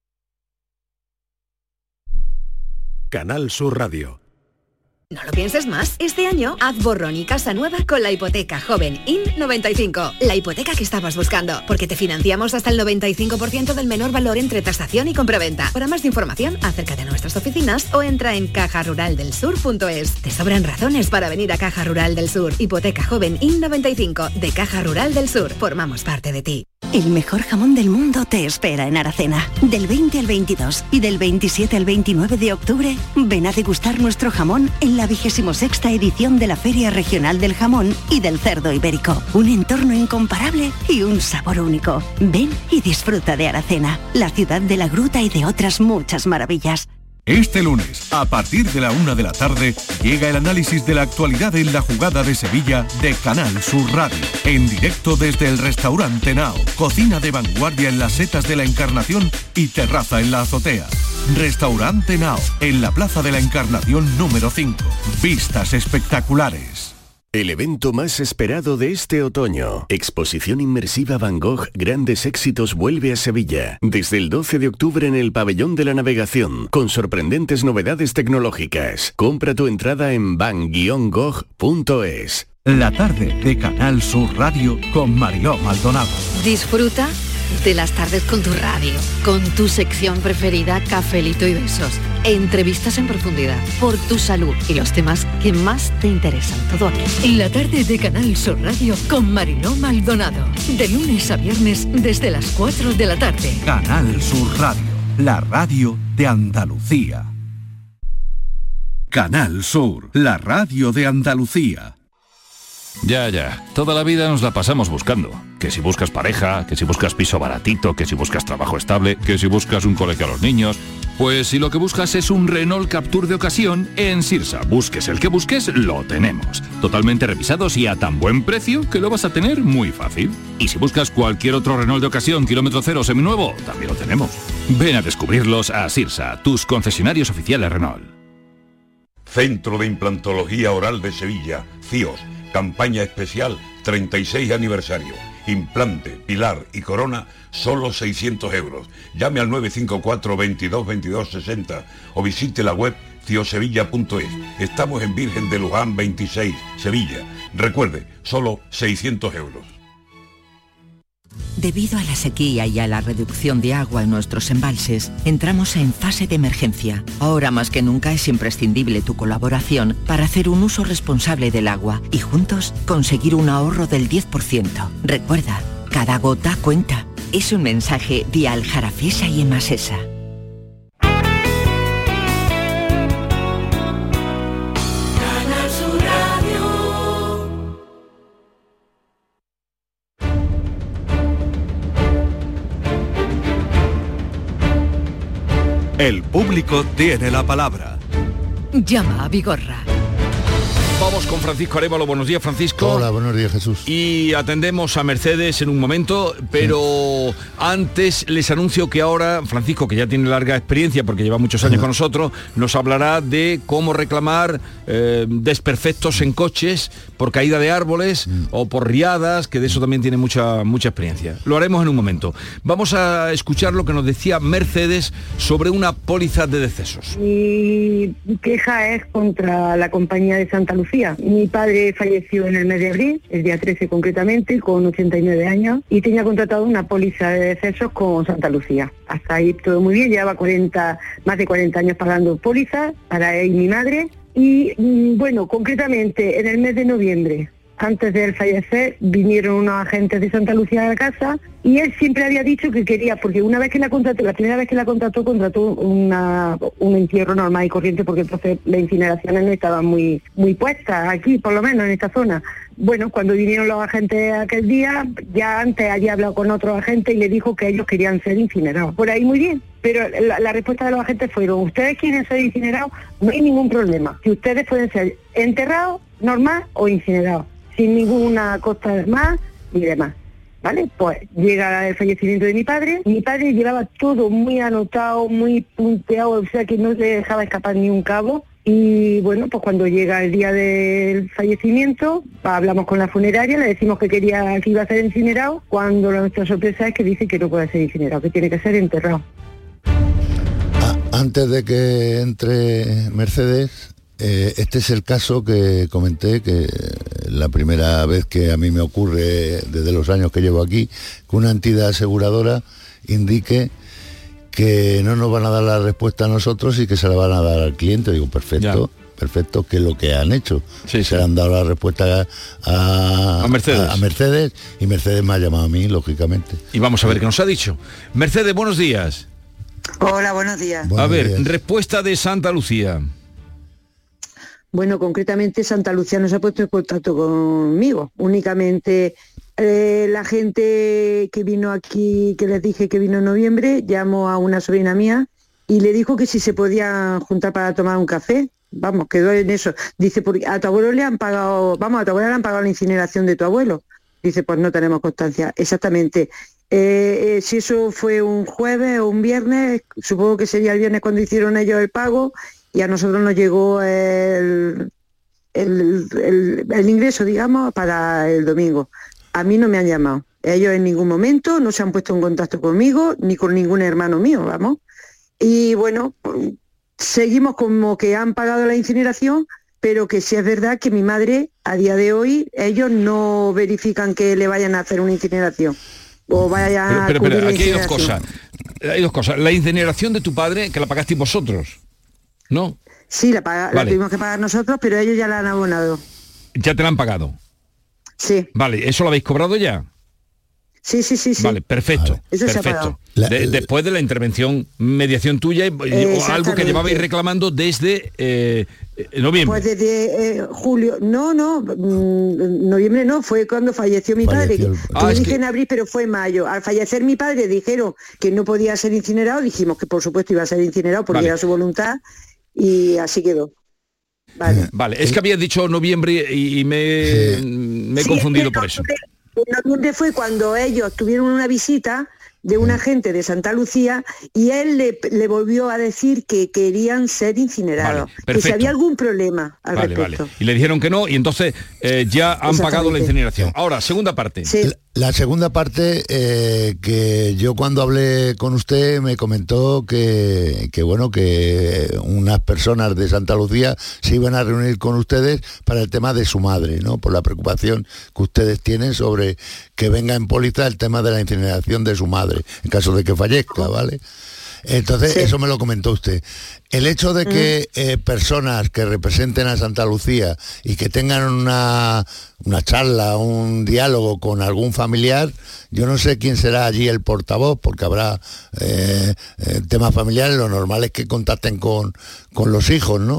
Canal Sur Radio. No lo pienses más. Este año, haz borrón y casa nueva con la hipoteca joven IN95. La hipoteca que estabas buscando, porque te financiamos hasta el 95% del menor valor entre tasación y compraventa. Para más información, acércate a nuestras oficinas o entra en cajaruraldelsur.es. Te sobran razones para venir a Caja Rural del Sur. Hipoteca joven IN95 de Caja Rural del Sur. Formamos parte de ti. El mejor jamón del mundo te espera en Aracena. Del 20 al 22 y del 27 al 29 de octubre, ven a degustar nuestro jamón en la 26ª edición de la Feria Regional del Jamón y del Cerdo Ibérico. Un entorno incomparable y un sabor único. Ven y disfruta de Aracena, la ciudad de la gruta y de otras muchas maravillas. Este lunes, a partir de la 1 de la tarde, llega el análisis de la actualidad en la jugada de Sevilla de Canal Sur Radio. En directo desde el restaurante Nao, cocina de vanguardia en las setas de la Encarnación y terraza en la azotea. Restaurante Nao, en la Plaza de la Encarnación número 5. Vistas espectaculares. El evento más esperado de este otoño. Exposición inmersiva Van Gogh Grandes Éxitos vuelve a Sevilla. Desde el 12 de octubre en el Pabellón de la Navegación, con sorprendentes novedades tecnológicas. Compra tu entrada en van-gogh.es. La tarde de Canal Sur Radio con Mariló Maldonado. Disfruta de las tardes con tu radio, con tu sección preferida, Cafelito y Besos. Entrevistas en profundidad, por tu salud y los temas que más te interesan. Todo aquí. En la tarde de Canal Sur Radio con Mariló Maldonado. De lunes a viernes desde las 4 de la tarde. Canal Sur Radio, la radio de Andalucía. Canal Sur, la radio de Andalucía. Ya, toda la vida nos la pasamos buscando. Que si buscas pareja, que si buscas piso baratito, que si buscas trabajo estable, que si buscas un colegio a los niños. Pues si lo que buscas es un Renault Captur de ocasión, en Sirsa, busques el que busques, lo tenemos. Totalmente revisados y a tan buen precio que lo vas a tener muy fácil. Y si buscas cualquier otro Renault de ocasión, kilómetro cero, seminuevo, también lo tenemos. Ven a descubrirlos a Sirsa, tus concesionarios oficiales Renault. Centro de Implantología Oral de Sevilla, CIOS. Campaña especial 36 aniversario. Implante, pilar y corona, solo 600 euros. Llame al 954 22 22 60 o visite la web ciosevilla.es. Estamos en Virgen de Luján 26, Sevilla. Recuerde, solo 600 euros. Debido a la sequía y a la reducción de agua en nuestros embalses, entramos en fase de emergencia. Ahora más que nunca es imprescindible tu colaboración para hacer un uso responsable del agua y juntos conseguir un ahorro del 10%. Recuerda, cada gota cuenta. Es un mensaje de Aljarafesa y Emasesa. El público tiene la palabra. Llama a Vigorra. Vamos Vamos con Francisco Arévalo. Buenos días, Francisco. Hola, buenos días, Jesús. Y atendemos a Mercedes en un momento, pero antes les anuncio que ahora Francisco, que ya tiene larga experiencia porque lleva muchos años con nosotros, nos hablará de cómo reclamar desperfectos en coches por caída de árboles o por riadas, que de eso también tiene mucha experiencia. Lo haremos en un momento. Vamos a escuchar lo que nos decía Mercedes sobre una póliza de decesos. Mi queja es contra la compañía de Santa Lucía. Mi padre falleció en el mes de abril, el día 13 concretamente, con 89 años, y tenía contratado una póliza de decesos con Santa Lucía. Hasta ahí todo muy bien, llevaba más de 40 años pagando pólizas para él y mi madre. Y bueno, concretamente en el mes de noviembre, antes de él fallecer, vinieron unos agentes de Santa Lucía a la casa y él siempre había dicho que quería, porque una vez que la contrató, la primera vez que la contrató un entierro normal y corriente, porque entonces las incineraciones no estaban muy puestas aquí, por lo menos en esta zona. Bueno, cuando vinieron los agentes aquel día, ya antes había hablado con otro agente y le dijo que ellos querían ser incinerados. Por ahí muy bien, pero la respuesta de los agentes fueron: ustedes quieren ser incinerados, no hay ningún problema. Si ustedes pueden ser enterrados, normal o incinerados, sin ninguna costa más ni demás, ¿vale? Pues llega el fallecimiento de mi padre llevaba todo muy anotado, muy punteado, o sea que no le dejaba escapar ni un cabo. Y bueno, pues cuando llega el día del fallecimiento, hablamos con la funeraria, le decimos que iba a ser incinerado, cuando nuestra sorpresa es que dice que no puede ser incinerado, que tiene que ser enterrado. Antes de que entre Mercedes, este es el caso que comenté, que la primera vez que a mí me ocurre desde los años que llevo aquí, que una entidad aseguradora indique que no nos van a dar la respuesta a nosotros y que se la van a dar al cliente. Digo, perfecto, perfecto, que es lo que han hecho. Se le han dado la respuesta a Mercedes, y Mercedes me ha llamado a mí, lógicamente. Y vamos a ver qué nos ha dicho. Mercedes, buenos días. Hola, buenos días. A ver, respuesta de Santa Lucía. Bueno, concretamente Santa Lucía no se ha puesto en contacto conmigo, únicamente la gente que vino aquí, que les dije que vino en noviembre, llamó a una sobrina mía y le dijo que si se podían juntar para tomar un café. Vamos, quedó en eso. Dice, porque a tu abuelo le han pagado, a tu abuela le han pagado la incineración de tu abuelo. Dice, pues no tenemos constancia. Exactamente. Si eso fue un jueves o un viernes, supongo que sería el viernes cuando hicieron ellos el pago, y a nosotros nos llegó el ingreso, digamos, para el domingo. A mí no me han llamado. Ellos en ningún momento no se han puesto en contacto conmigo, ni con ningún hermano mío, vamos. Y bueno, seguimos como que han pagado la incineración, pero que sí es verdad que mi madre, a día de hoy, ellos no verifican que le vayan a hacer una incineración. O vaya pero aquí hay dos cosas. Hay dos cosas. La incineración de tu padre, que la pagasteis vosotros, ¿no? Sí, la tuvimos que pagar nosotros, pero ellos ya la han abonado. ¿Ya te la han pagado? Sí. Vale, ¿eso lo habéis cobrado ya? Sí. Vale, perfecto. Vale. Eso perfecto. Después de la intervención, mediación tuya, o algo que llevabais reclamando desde noviembre. Pues desde julio, noviembre no, fue cuando falleció mi padre. Yo dije en abril, pero fue en mayo. Al fallecer mi padre dijeron que no podía ser incinerado, dijimos que por supuesto iba a ser incinerado porque era su voluntad, y así quedó. Vale, es que habías dicho noviembre y me he confundido por eso. En noviembre fue cuando ellos tuvieron una visita de un agente de Santa Lucía y él le volvió a decir que querían ser incinerados, que si había algún problema al respecto. Vale. Y le dijeron que no, y entonces ya han pagado la incineración. Ahora, segunda parte. Sí. La segunda parte, que yo cuando hablé con usted me comentó que unas personas de Santa Lucía se iban a reunir con ustedes para el tema de su madre, ¿no? Por la preocupación que ustedes tienen sobre que venga en póliza el tema de la incineración de su madre, en caso de que fallezca, ¿vale? Entonces, eso me lo comentó usted. El hecho de que personas que representen a Santa Lucía y que tengan una charla, un diálogo con algún familiar, yo no sé quién será allí el portavoz, porque habrá temas familiares, lo normal es que contacten con los hijos, ¿no?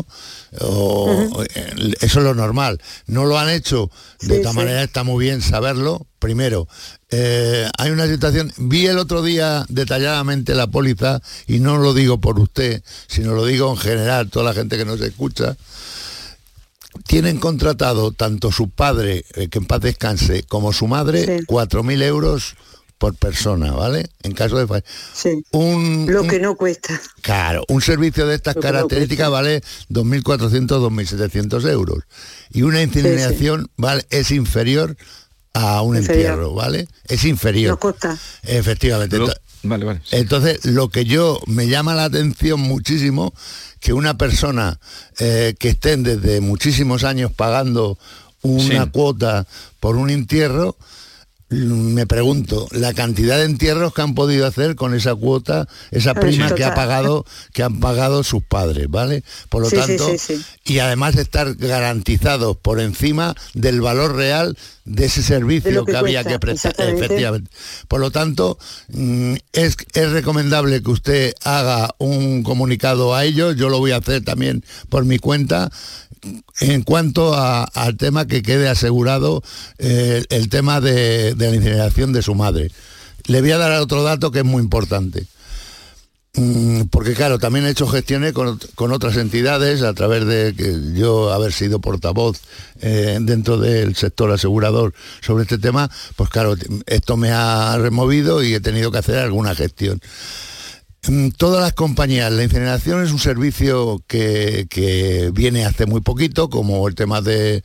Eso es lo normal. No lo han hecho, de esta manera está muy bien saberlo. Primero, hay una situación, vi el otro día detalladamente la póliza, y no lo digo por usted, sino lo digo en general, toda la gente que nos escucha. tienen contratado tanto su padre, que en paz descanse, como su madre, 4.000 euros por persona, ¿vale? En caso de lo que no cuesta. Claro, un servicio de estas características vale 2.400, 2.700 euros. Y una incineración vale, es inferior a un entierro, ¿vale? Es inferior. Nos cuesta. Efectivamente. Vale. Entonces, lo que me llama la atención muchísimo, que una persona que estén desde muchísimos años pagando una cuota por un entierro, me pregunto, la cantidad de entierros que han podido hacer con esa cuota, esa prima que han pagado sus padres, ¿vale? Por lo tanto, y además estar garantizados por encima del valor real de ese servicio que había que prestar, efectivamente. Por lo tanto, es recomendable que usted haga un comunicado a ellos, yo lo voy a hacer también por mi cuenta, en cuanto al tema que quede asegurado el tema de la incineración de su madre. Le voy a dar otro dato que es muy importante, porque claro, también he hecho gestiones con otras entidades a través de que yo haber sido portavoz dentro del sector asegurador sobre este tema, pues claro, esto me ha removido y he tenido que hacer alguna gestión. Todas las compañías, la incineración es un servicio que viene hace muy poquito, como el tema del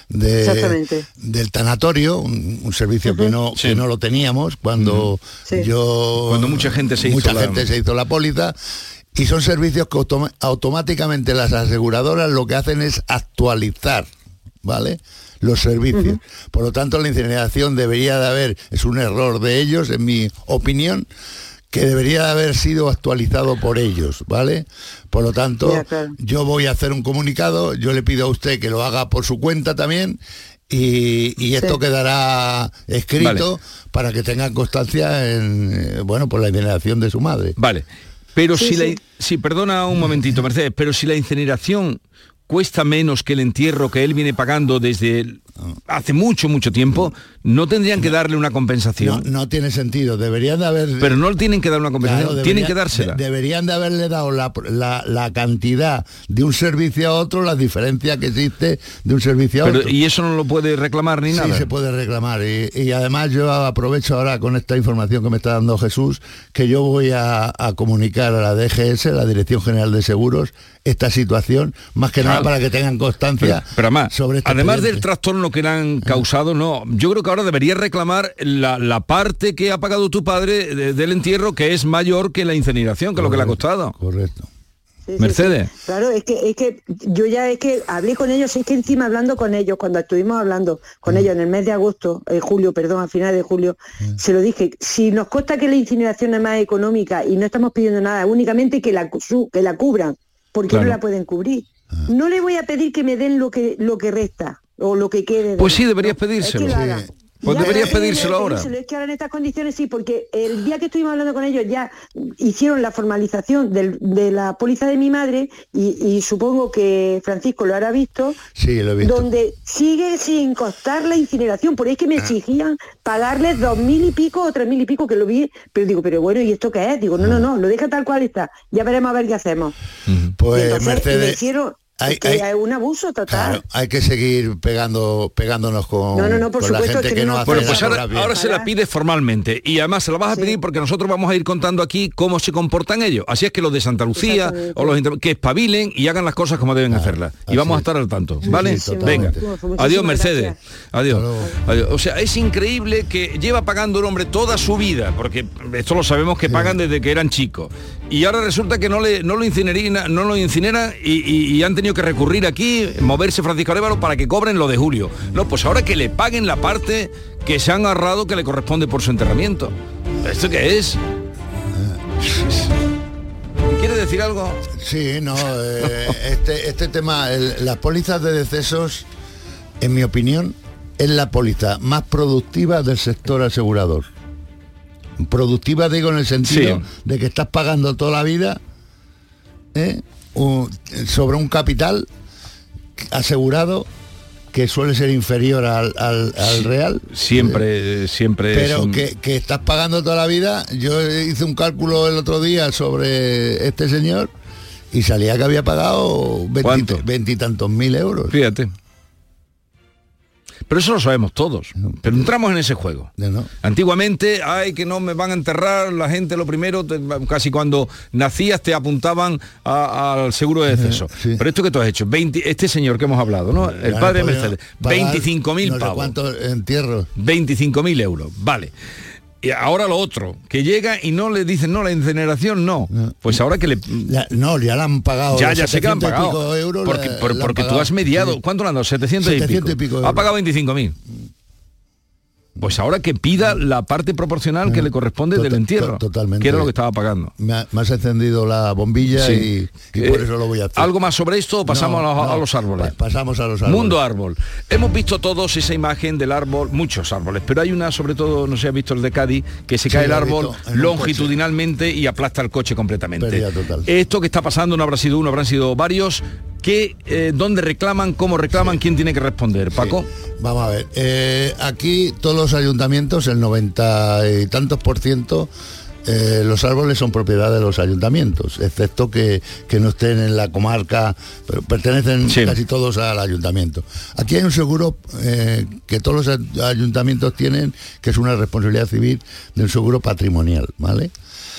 tanatorio, un servicio que no lo teníamos cuando cuando mucha gente se hizo la póliza, y son servicios que automáticamente las aseguradoras lo que hacen es actualizar, ¿vale?, los servicios. Por lo tanto, la incineración debería de haber, es un error de ellos, en mi opinión, que debería de haber sido actualizado por ellos, ¿vale? Por lo tanto, yo voy a hacer un comunicado, yo le pido a usted que lo haga por su cuenta también, y esto quedará escrito para que tengan constancia en, por la incineración de su madre. Vale, pero perdona un momentito, Mercedes, pero si la incineración cuesta menos que el entierro que él viene pagando desde hace mucho tiempo, ¿no tendrían que darle una compensación? No tiene sentido, deberían de haber... Pero no tienen que dar una compensación, tienen que dársela. Deberían de haberle dado la cantidad de un servicio a otro, la diferencia que existe de un servicio a otro. ¿Y eso no lo puede reclamar ni nada? Sí, se puede reclamar, y además yo aprovecho ahora con esta información que me está dando Jesús, que yo voy a comunicar a la DGS, la Dirección General de Seguros, esta situación, más que nada para que tengan constancia pero además, sobre este además expediente. del trastorno que le han causado, yo creo que ahora debería reclamar la parte que ha pagado tu padre del entierro, que es mayor que la incineración, que lo que le ha costado. Correcto. Mercedes. Sí. Claro, es que yo ya hablé con ellos, es que encima hablando con ellos, cuando estuvimos hablando con ellos en el mes de agosto, a finales de julio, se lo dije, si nos consta que la incineración es más económica y no estamos pidiendo nada, únicamente que la cubran, porque no la pueden cubrir. No le voy a pedir que me den lo que resta o lo que quede. Pues sí, deberías pedírselo. Pues deberías pedírselo ahora. Es que ahora en estas condiciones sí, porque el día que estuvimos hablando con ellos ya hicieron la formalización de la póliza de mi madre y supongo que Francisco lo habrá visto. Sí, lo he visto. Donde sigue sin costar la incineración, por ahí es que me exigían pagarles 2.000 y pico o 3.000 y pico, que lo vi, pero digo, pero bueno, ¿y esto qué es? Digo, no, lo deja tal cual está, ya veremos a ver qué hacemos. Pues entonces, Mercedes... me hicieron... hay un abuso total. Claro, hay que seguir pegándonos con, por con la gente que no hace. Bueno, pues ahora se la pide formalmente, y además se la vas a pedir porque nosotros vamos a ir contando aquí cómo se comportan ellos. Así es que los de Santa Lucía o los que espabilen y hagan las cosas como deben hacerlas. Y vamos a estar al tanto, ¿vale? Venga. Adiós, Mercedes. Adiós. O sea, es increíble que lleva pagando el hombre toda su vida, porque esto lo sabemos que pagan desde que eran chicos. Y ahora resulta que no lo incineran y han tenido que recurrir aquí, moverse Francisco Arévalo para que cobren lo de Julio. No, pues ahora que le paguen la parte que se han ahorrado que le corresponde por su enterramiento. ¿Esto qué es? ¿Quiere decir algo? Sí, no, este tema, las pólizas de decesos, en mi opinión, es la póliza más productiva del sector asegurador. Productiva, digo, en el sentido de que estás pagando toda la vida sobre un capital asegurado que suele ser inferior al real. Siempre pero que estás pagando toda la vida. Yo hice un cálculo el otro día sobre este señor y salía que había pagado 20 y tantos mil euros. Fíjate. Pero eso lo sabemos todos. Pero entramos en ese juego. Antiguamente, que no me van a enterrar, la gente lo primero, casi cuando nacías te apuntaban al seguro de deceso. Sí. Pero esto que tú has hecho, este señor que hemos hablado, ¿no? El padre de Mercedes, 25.000 pavos. ¿Cuántos entierros? 25.000 euros, vale. Y ahora lo otro, que llega y no le dicen, no, la incineración no. Pues ahora que ya le han pagado. Ya sé que le han pagado. Euros porque tú has mediado, sí. ¿Cuánto le han dado? 700 y pico. Ha pagado 25.000. Pues ahora que pida la parte proporcional que le corresponde del entierro. Totalmente. Que era lo que estaba pagando. Me has encendido la bombilla y por eso lo voy a hacer. ¿Algo más sobre esto o pasamos a los árboles? Pasamos a los árboles. Mundo árbol. Hemos visto todos esa imagen del árbol, muchos árboles, pero hay una, sobre todo, no sé si has visto el de Cádiz, que se cae el árbol longitudinalmente y aplasta el coche completamente. Pérdida total. Esto que está pasando no habrá sido uno, habrán sido varios. ¿Dónde reclaman? ¿Cómo reclaman? ¿Quién tiene que responder? Paco. Vamos a ver. Aquí todos los ayuntamientos, el 90 y tantos %, los árboles son propiedad de los ayuntamientos, excepto que no estén en la comarca, pero pertenecen casi todos al ayuntamiento. Aquí hay un seguro que todos los ayuntamientos tienen, que es una responsabilidad civil del seguro patrimonial, ¿vale?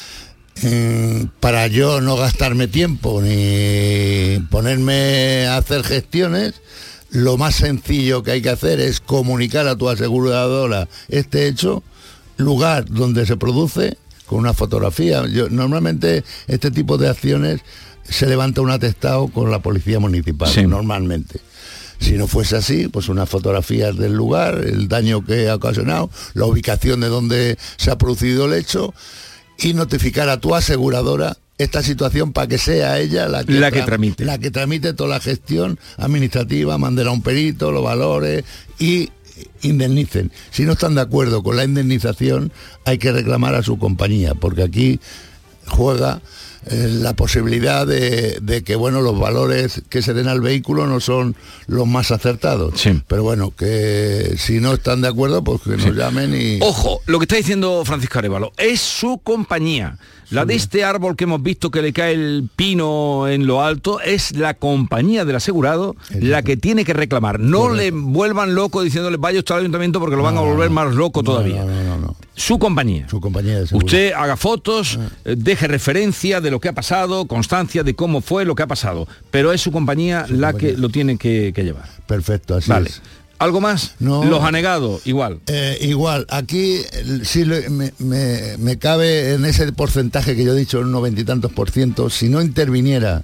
Para yo no gastarme tiempo ni ponerme a hacer gestiones, lo más sencillo que hay que hacer es comunicar a tu aseguradora este hecho, lugar donde se produce, con una fotografía. Normalmente este tipo de acciones se levanta un atestado con la policía municipal, normalmente. Si no fuese así, pues unas fotografías del lugar, el daño que ha ocasionado, la ubicación de donde se ha producido el hecho, y notificar a tu aseguradora esta situación para que sea ella la que tramite toda la gestión administrativa, manden a un perito, lo valore y indemnicen. Si no están de acuerdo con la indemnización, hay que reclamar a su compañía, porque aquí juega la posibilidad de que los valores que se den al vehículo no son los más acertados. Pero bueno, que si no están de acuerdo, pues que nos llamen y... Ojo, lo que está diciendo Francisco Arévalo, es su compañía. La de este árbol que hemos visto que le cae el pino en lo alto, es la compañía del asegurado la que tiene que reclamar. No le vuelvan loco diciéndole vaya usted al ayuntamiento, porque lo van a volver más loco todavía. No. Su compañía. Su compañía de seguro. Usted haga fotos, deje referencia de lo que ha pasado, constancia de cómo fue lo que ha pasado, pero es su compañía que lo tiene que llevar. Perfecto, así es. ¿Algo más? No. Los anegados, igual. Igual, aquí sí me cabe en ese porcentaje que yo he dicho, un 90 y tantos %, si no interviniera,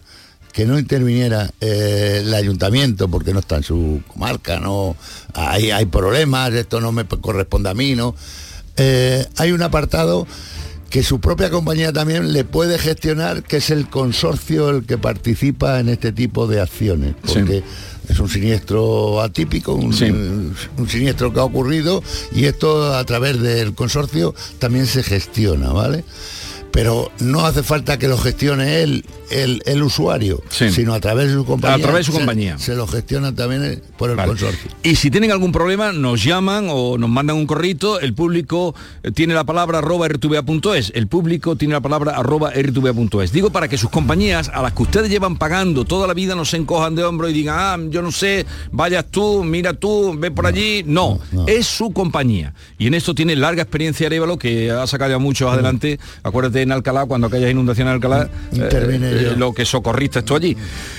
el ayuntamiento, porque no está en su comarca, no hay problemas, esto no me corresponde a mí, ¿no? Hay un apartado que su propia compañía también le puede gestionar, que es el consorcio el que participa en este tipo de acciones, porque es un siniestro atípico, un siniestro que ha ocurrido, y esto a través del consorcio también se gestiona, ¿vale? Pero no hace falta que lo gestione el usuario, sino a través de su compañía. A través de su compañía. Se lo gestiona también por el consorcio. Y si tienen algún problema, nos llaman o nos mandan un correo. El público tiene la palabra @rtva.es. El público tiene la palabra @rtva.es. Digo, para que sus compañías, a las que ustedes llevan pagando toda la vida, no se encojan de hombro y digan, yo no sé, vayas tú, mira tú, ve por allí. No, es su compañía. Y en esto tiene larga experiencia Arévalo, que ha sacado a muchos adelante. Acuérdate en Alcalá, cuando aquellas inundaciones en Alcalá, lo que socorriste esto allí.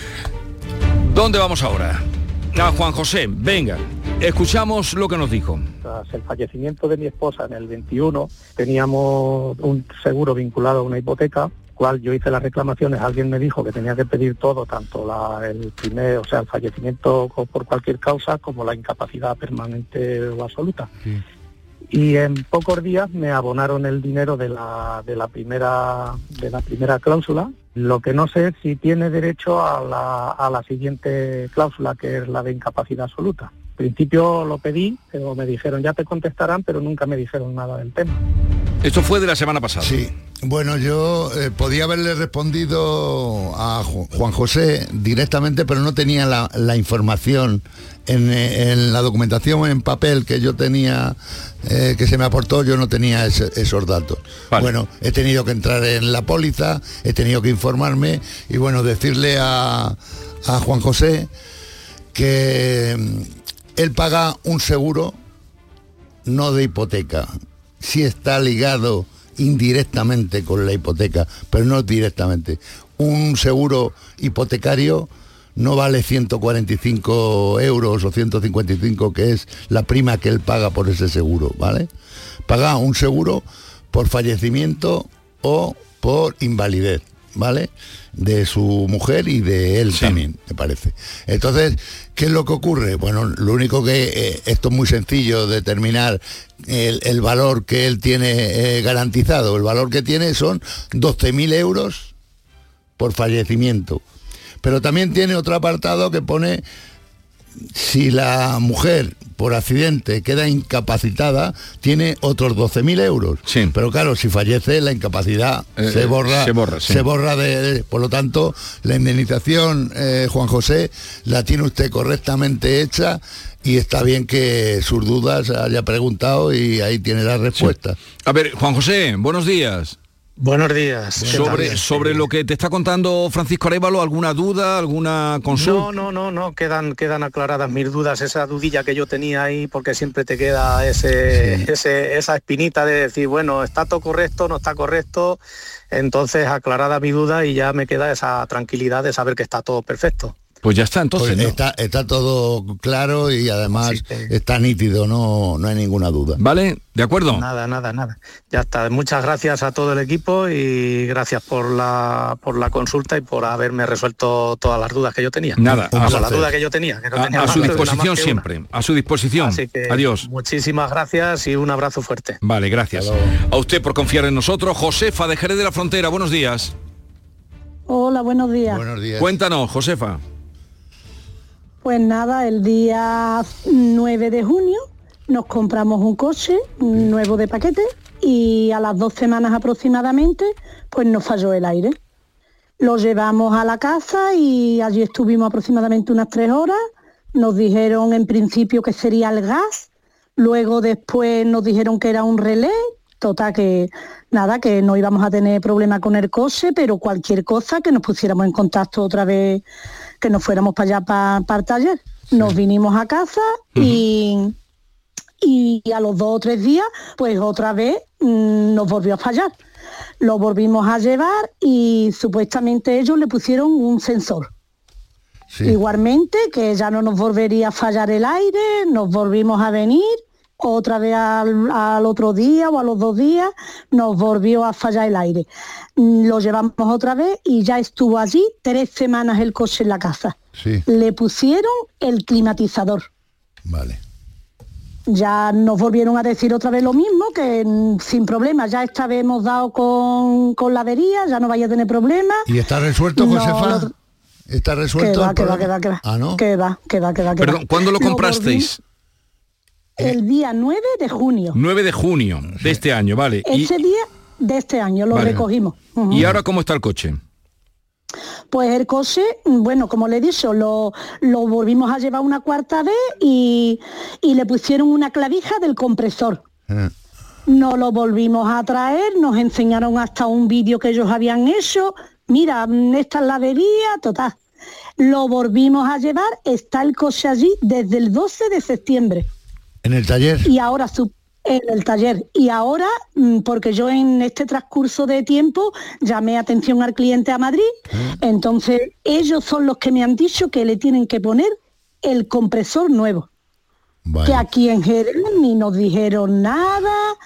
¿Dónde vamos ahora? A Juan José, venga, escuchamos lo que nos dijo. Tras el fallecimiento de mi esposa en el 21, teníamos un seguro vinculado a una hipoteca, cual yo hice las reclamaciones. Alguien me dijo que tenía que pedir todo, tanto el fallecimiento por cualquier causa, como la incapacidad permanente o absoluta. Y en pocos días me abonaron el dinero de la primera cláusula. Lo que no sé es si tiene derecho a la siguiente cláusula, que es la de incapacidad absoluta. En principio lo pedí, pero me dijeron ya te contestarán, pero nunca me dijeron nada del tema. Esto fue de la semana pasada. Sí. Bueno, yo podía haberle respondido a Juan José directamente, pero no tenía la información en la documentación en papel que yo tenía, que se me aportó. Yo no tenía esos datos. Bueno, he tenido que entrar en la póliza, he tenido que informarme y decirle a Juan José que él paga un seguro, no de hipoteca. Sí está ligado indirectamente con la hipoteca, pero no directamente. Un seguro hipotecario no vale 145 euros o 155, que es la prima que él paga por ese seguro, ¿vale? Paga un seguro por fallecimiento o por invalidez, ¿vale? De su mujer y de él también, me parece. Entonces, ¿qué es lo que ocurre? Bueno, lo único que esto es muy sencillo, determinar el valor que él tiene garantizado. El valor que tiene son 12.000 euros por fallecimiento. Pero también tiene otro apartado que pone, si la mujer por accidente queda incapacitada, tiene otros 12.000 euros. Sí. Pero claro, si fallece, la incapacidad se borra. Se borra por lo tanto, la indemnización, Juan José, la tiene usted correctamente hecha, y está bien que sus dudas haya preguntado y ahí tiene la respuesta. Sí. A ver, Juan José, buenos días. Buenos días. Sobre lo que te está contando Francisco Arévalo, ¿alguna duda, alguna consulta? No, quedan aclaradas mis dudas, esa dudilla que yo tenía ahí, porque siempre te queda esa espinita de decir, bueno, ¿está todo correcto, no está correcto? Entonces, aclarada mi duda, y ya me queda esa tranquilidad de saber que está todo perfecto. Pues ya está, entonces. Pues ¿no? Está todo claro y además está nítido, no hay ninguna duda. ¿Vale? ¿De acuerdo? Nada. Ya está. Muchas gracias a todo el equipo y gracias por la consulta y por haberme resuelto todas las dudas que yo tenía. Nada. La duda que yo tenía. Que no tenía a su disposición siempre. A su disposición. Así que, adiós. Muchísimas gracias y un abrazo fuerte. Vale, gracias. A usted por confiar en nosotros. Josefa de Jerez de la Frontera, buenos días. Hola, buenos días. Buenos días. Cuéntanos, Josefa. Pues nada, el día 9 de junio nos compramos un coche nuevo de paquete y a las 2 semanas aproximadamente pues nos falló el aire. Lo llevamos a la casa y allí estuvimos aproximadamente unas 3 horas. Nos dijeron en principio que sería el gas, luego después nos dijeron que era un relé. Total, que nada, que no íbamos a tener problema con el coche, pero cualquier cosa que nos pusiéramos en contacto otra vez, que nos fuéramos para allá, para el taller. Nos vinimos a casa y a los 2 o 3 días, pues otra vez nos volvió a fallar. Lo volvimos a llevar y supuestamente ellos le pusieron un sensor. Sí. Igualmente, que ya no nos volvería a fallar el aire, nos volvimos a venir. Otra vez al otro día o a los 2 días nos volvió a fallar el aire. Lo llevamos otra vez y ya estuvo allí 3 semanas el coche en la casa. Sí. Le pusieron el climatizador. Vale. Ya nos volvieron a decir otra vez lo mismo, que sin problema, ya esta vez hemos dado con la avería, ya no vaya a tener problemas. ¿Y está resuelto, Josefa? ¿Está resuelto? Que va. ¿Ah, no? Que va. Perdón, ¿cuándo lo comprasteis? El día 9 de junio. 9 de junio de este año, vale. Ese día de este año lo recogimos. Uh-huh. ¿Y ahora cómo está el coche? Pues el coche, bueno, como le he dicho, lo volvimos a llevar una cuarta vez y le pusieron una clavija del compresor. Nos lo volvimos a traer, nos enseñaron hasta un vídeo que ellos habían hecho. Mira, esta es la avería, total. Lo volvimos a llevar, está el coche allí desde el 12 de septiembre. ¿En el taller? Y ahora en el taller. Y ahora, porque yo en este transcurso de tiempo llamé atención al cliente a Madrid, entonces ellos son los que me han dicho que le tienen que poner el compresor nuevo. Vale. Que aquí en Jerez ni nos dijeron nada.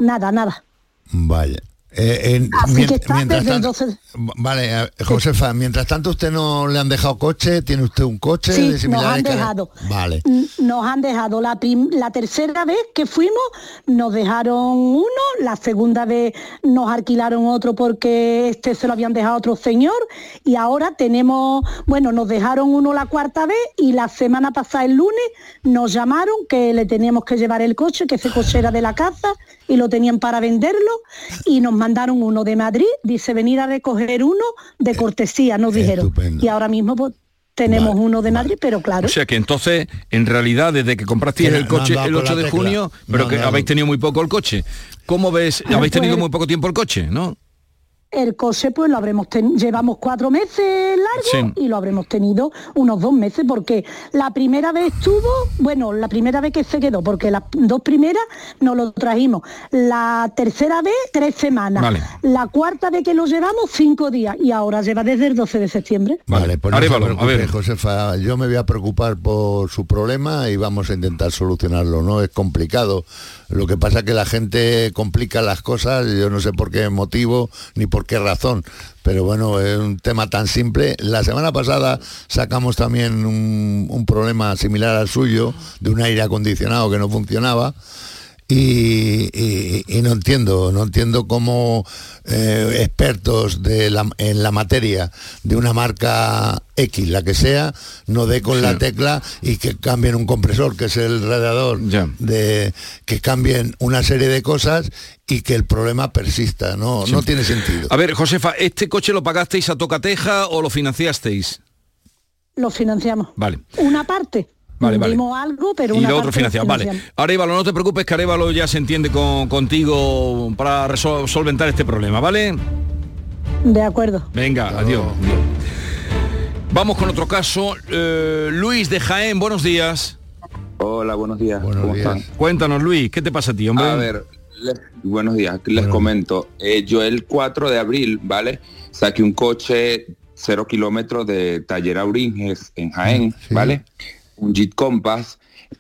Vaya. Así que está desde el 12. Vale, Josefa, mientras tanto usted no le han dejado coche, ¿tiene usted un coche? Sí, nos han dejado. Vale. Nos han dejado. La tercera vez que fuimos nos dejaron uno, la segunda vez nos alquilaron otro porque se lo habían dejado otro señor y ahora nos dejaron uno la cuarta vez y la semana pasada, el lunes, nos llamaron que le teníamos que llevar el coche, que ese coche era de la casa y lo tenían para venderlo y nos mandaron uno de Madrid, dice venir a recoger uno de cortesía, nos dijeron. Estupendo. Y ahora mismo pues, tenemos uno de Madrid, pero claro. O sea que entonces, en realidad, desde que comprasteis el coche el 8 de junio, pero que habéis tenido muy poco el coche. ¿Cómo ves? Habéis tenido muy poco tiempo el coche, ¿no? El coche pues lo habremos llevamos 4 meses largo y lo habremos tenido unos 2 meses, porque la primera vez la primera vez que se quedó, porque las 2 primeras nos lo trajimos, la tercera vez 3 semanas, la cuarta vez que lo llevamos 5 días y ahora lleva desde el 12 de septiembre. Vale, pues no se preocupe, Josefa, yo me voy a preocupar por su problema y vamos a intentar solucionarlo, ¿no? Es complicado. Lo que pasa es que la gente complica las cosas, yo no sé por qué motivo ni por qué razón, pero bueno, es un tema tan simple. La semana pasada sacamos también un problema similar al suyo, de un aire acondicionado que no funcionaba, y no entiendo cómo expertos en la materia de una marca X, la que sea, no dé con la tecla y que cambien un compresor, que es el radiador, que cambien una serie de cosas y que el problema persista. No tiene sentido. A ver, Josefa, ¿este coche lo pagasteis a tocateja o lo financiasteis? Lo financiamos. Vale. Una parte. Vale. Dimos algo, pero y una lo otro financiado. Vale. Arévalo, no te preocupes, que Arévalo ya se entiende contigo para solventar este problema, ¿vale? De acuerdo. Venga, adiós. Vamos con otro caso. Luis de Jaén, buenos días. Hola, buenos días. ¿Cómo están? Cuéntanos, Luis, ¿qué te pasa a ti, hombre? A ver, buenos días. Les comento. Yo el 4 de abril, ¿vale? Saqué un coche 0 kilómetros de Taller Auringes en Jaén, ¿vale? Un Jeep Compass.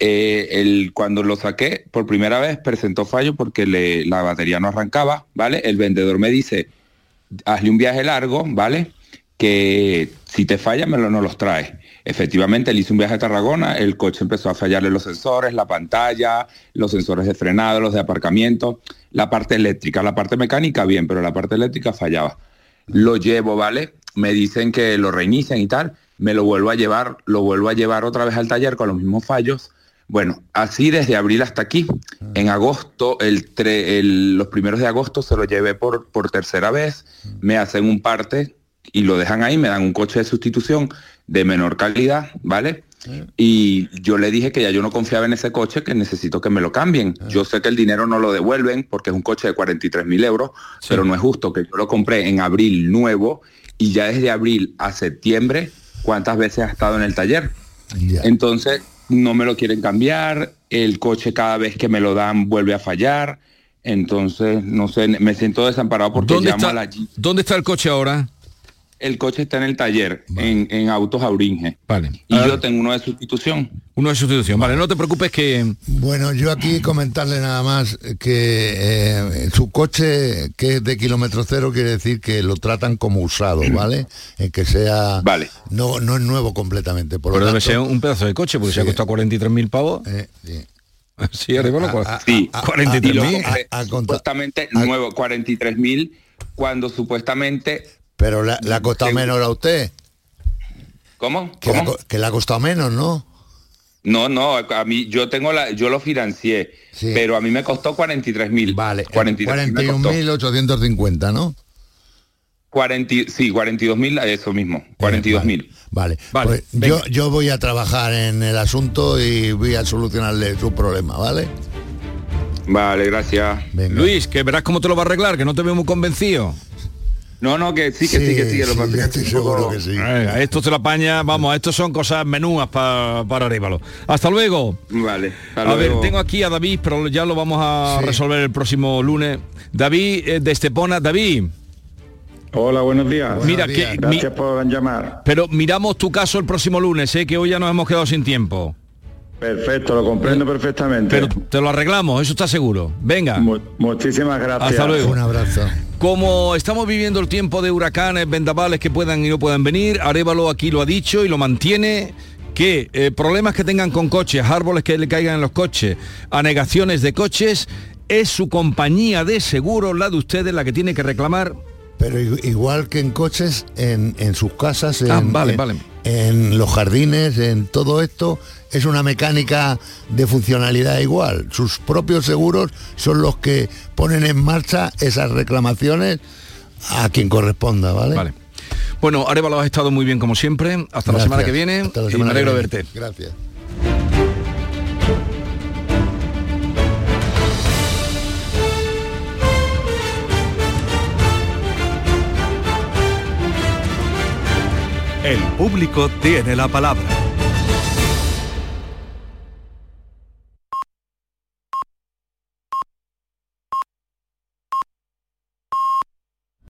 Cuando lo saqué por primera vez presentó fallo porque la batería no arrancaba, ¿vale? El vendedor me dice, hazle un viaje largo, ¿vale? Que si te falla no los traes. Efectivamente, le hice un viaje a Tarragona, el coche empezó a fallarle los sensores, la pantalla, los sensores de frenado, los de aparcamiento, la parte eléctrica, la parte mecánica bien, pero la parte eléctrica fallaba. Lo llevo, ¿vale? Me dicen que lo reinician y tal, me lo vuelvo a llevar otra vez al taller con los mismos fallos. Bueno, así desde abril hasta aquí. En agosto, los primeros de agosto se lo llevé por tercera vez, me hacen un parte y lo dejan ahí, me dan un coche de sustitución de menor calidad, ¿vale? Y yo le dije que ya yo no confiaba en ese coche, que necesito que me lo cambien. Yo sé que el dinero no lo devuelven porque es un coche de 43.000 euros, pero no es justo que yo lo compré en abril nuevo y ya desde abril a septiembre, ¿cuántas veces ha estado en el taller? Entonces, no me lo quieren cambiar, el coche cada vez que me lo dan vuelve a fallar, entonces, no sé, me siento desamparado porque llamo a la Jeep. ¿Dónde está el coche ahora? El coche está en el taller, en Autos Auringe. Vale. Y yo tengo uno de sustitución. Uno de sustitución, vale, no te preocupes que... Bueno, yo aquí comentarle nada más que su coche, que es de kilómetro cero, quiere decir que lo tratan como usado, ¿vale? Que sea... Vale. No es nuevo completamente. Pero debe ser un pedazo de coche, porque se ha costado 43.000 pavos. Sí, arriba lo sí, 43.000. Supuestamente nuevo, 43.000, cuando supuestamente... Pero le ha costado menos a usted. ¿Cómo? Que le ha costado menos, ¿no? No, a mí yo lo financié, pero a mí me costó 43.000. Vale, 41.850, ¿no? 42.000, eso mismo, 42.000. Vale. Pues yo voy a trabajar en el asunto y voy a solucionarle su problema, ¿vale? Vale, gracias. Venga. Luis, que verás cómo te lo va a arreglar, que no te veo muy convencido. No, que sí. Estoy seguro que sí. Esto se lo apaña, vamos, estos son cosas menúas para Arévalo. Hasta luego. Vale. A ver, tengo aquí a David, pero ya lo vamos a resolver el próximo lunes. David de Estepona. David. Hola, buenos días. Mira, gracias por llamar. Pero miramos tu caso el próximo lunes, que hoy ya nos hemos quedado sin tiempo. Perfecto, lo comprendo perfectamente. Pero te lo arreglamos, eso está seguro. Venga. Muchísimas gracias. Hasta luego. Un abrazo. Como estamos viviendo el tiempo de huracanes, vendavales que puedan y no puedan venir, Arévalo aquí lo ha dicho y lo mantiene, que problemas que tengan con coches, árboles que le caigan en los coches, anegaciones de coches, es su compañía de seguro, la de ustedes, la que tiene que reclamar. Pero igual que en coches, en sus casas, vale. En los jardines, en todo esto, es una mecánica de funcionalidad igual. Sus propios seguros son los que ponen en marcha esas reclamaciones a quien corresponda, ¿vale? Vale. Bueno, Arévalo, has estado muy bien como siempre. Hasta la semana que viene. Y me alegro de verte. Gracias. El público tiene la palabra.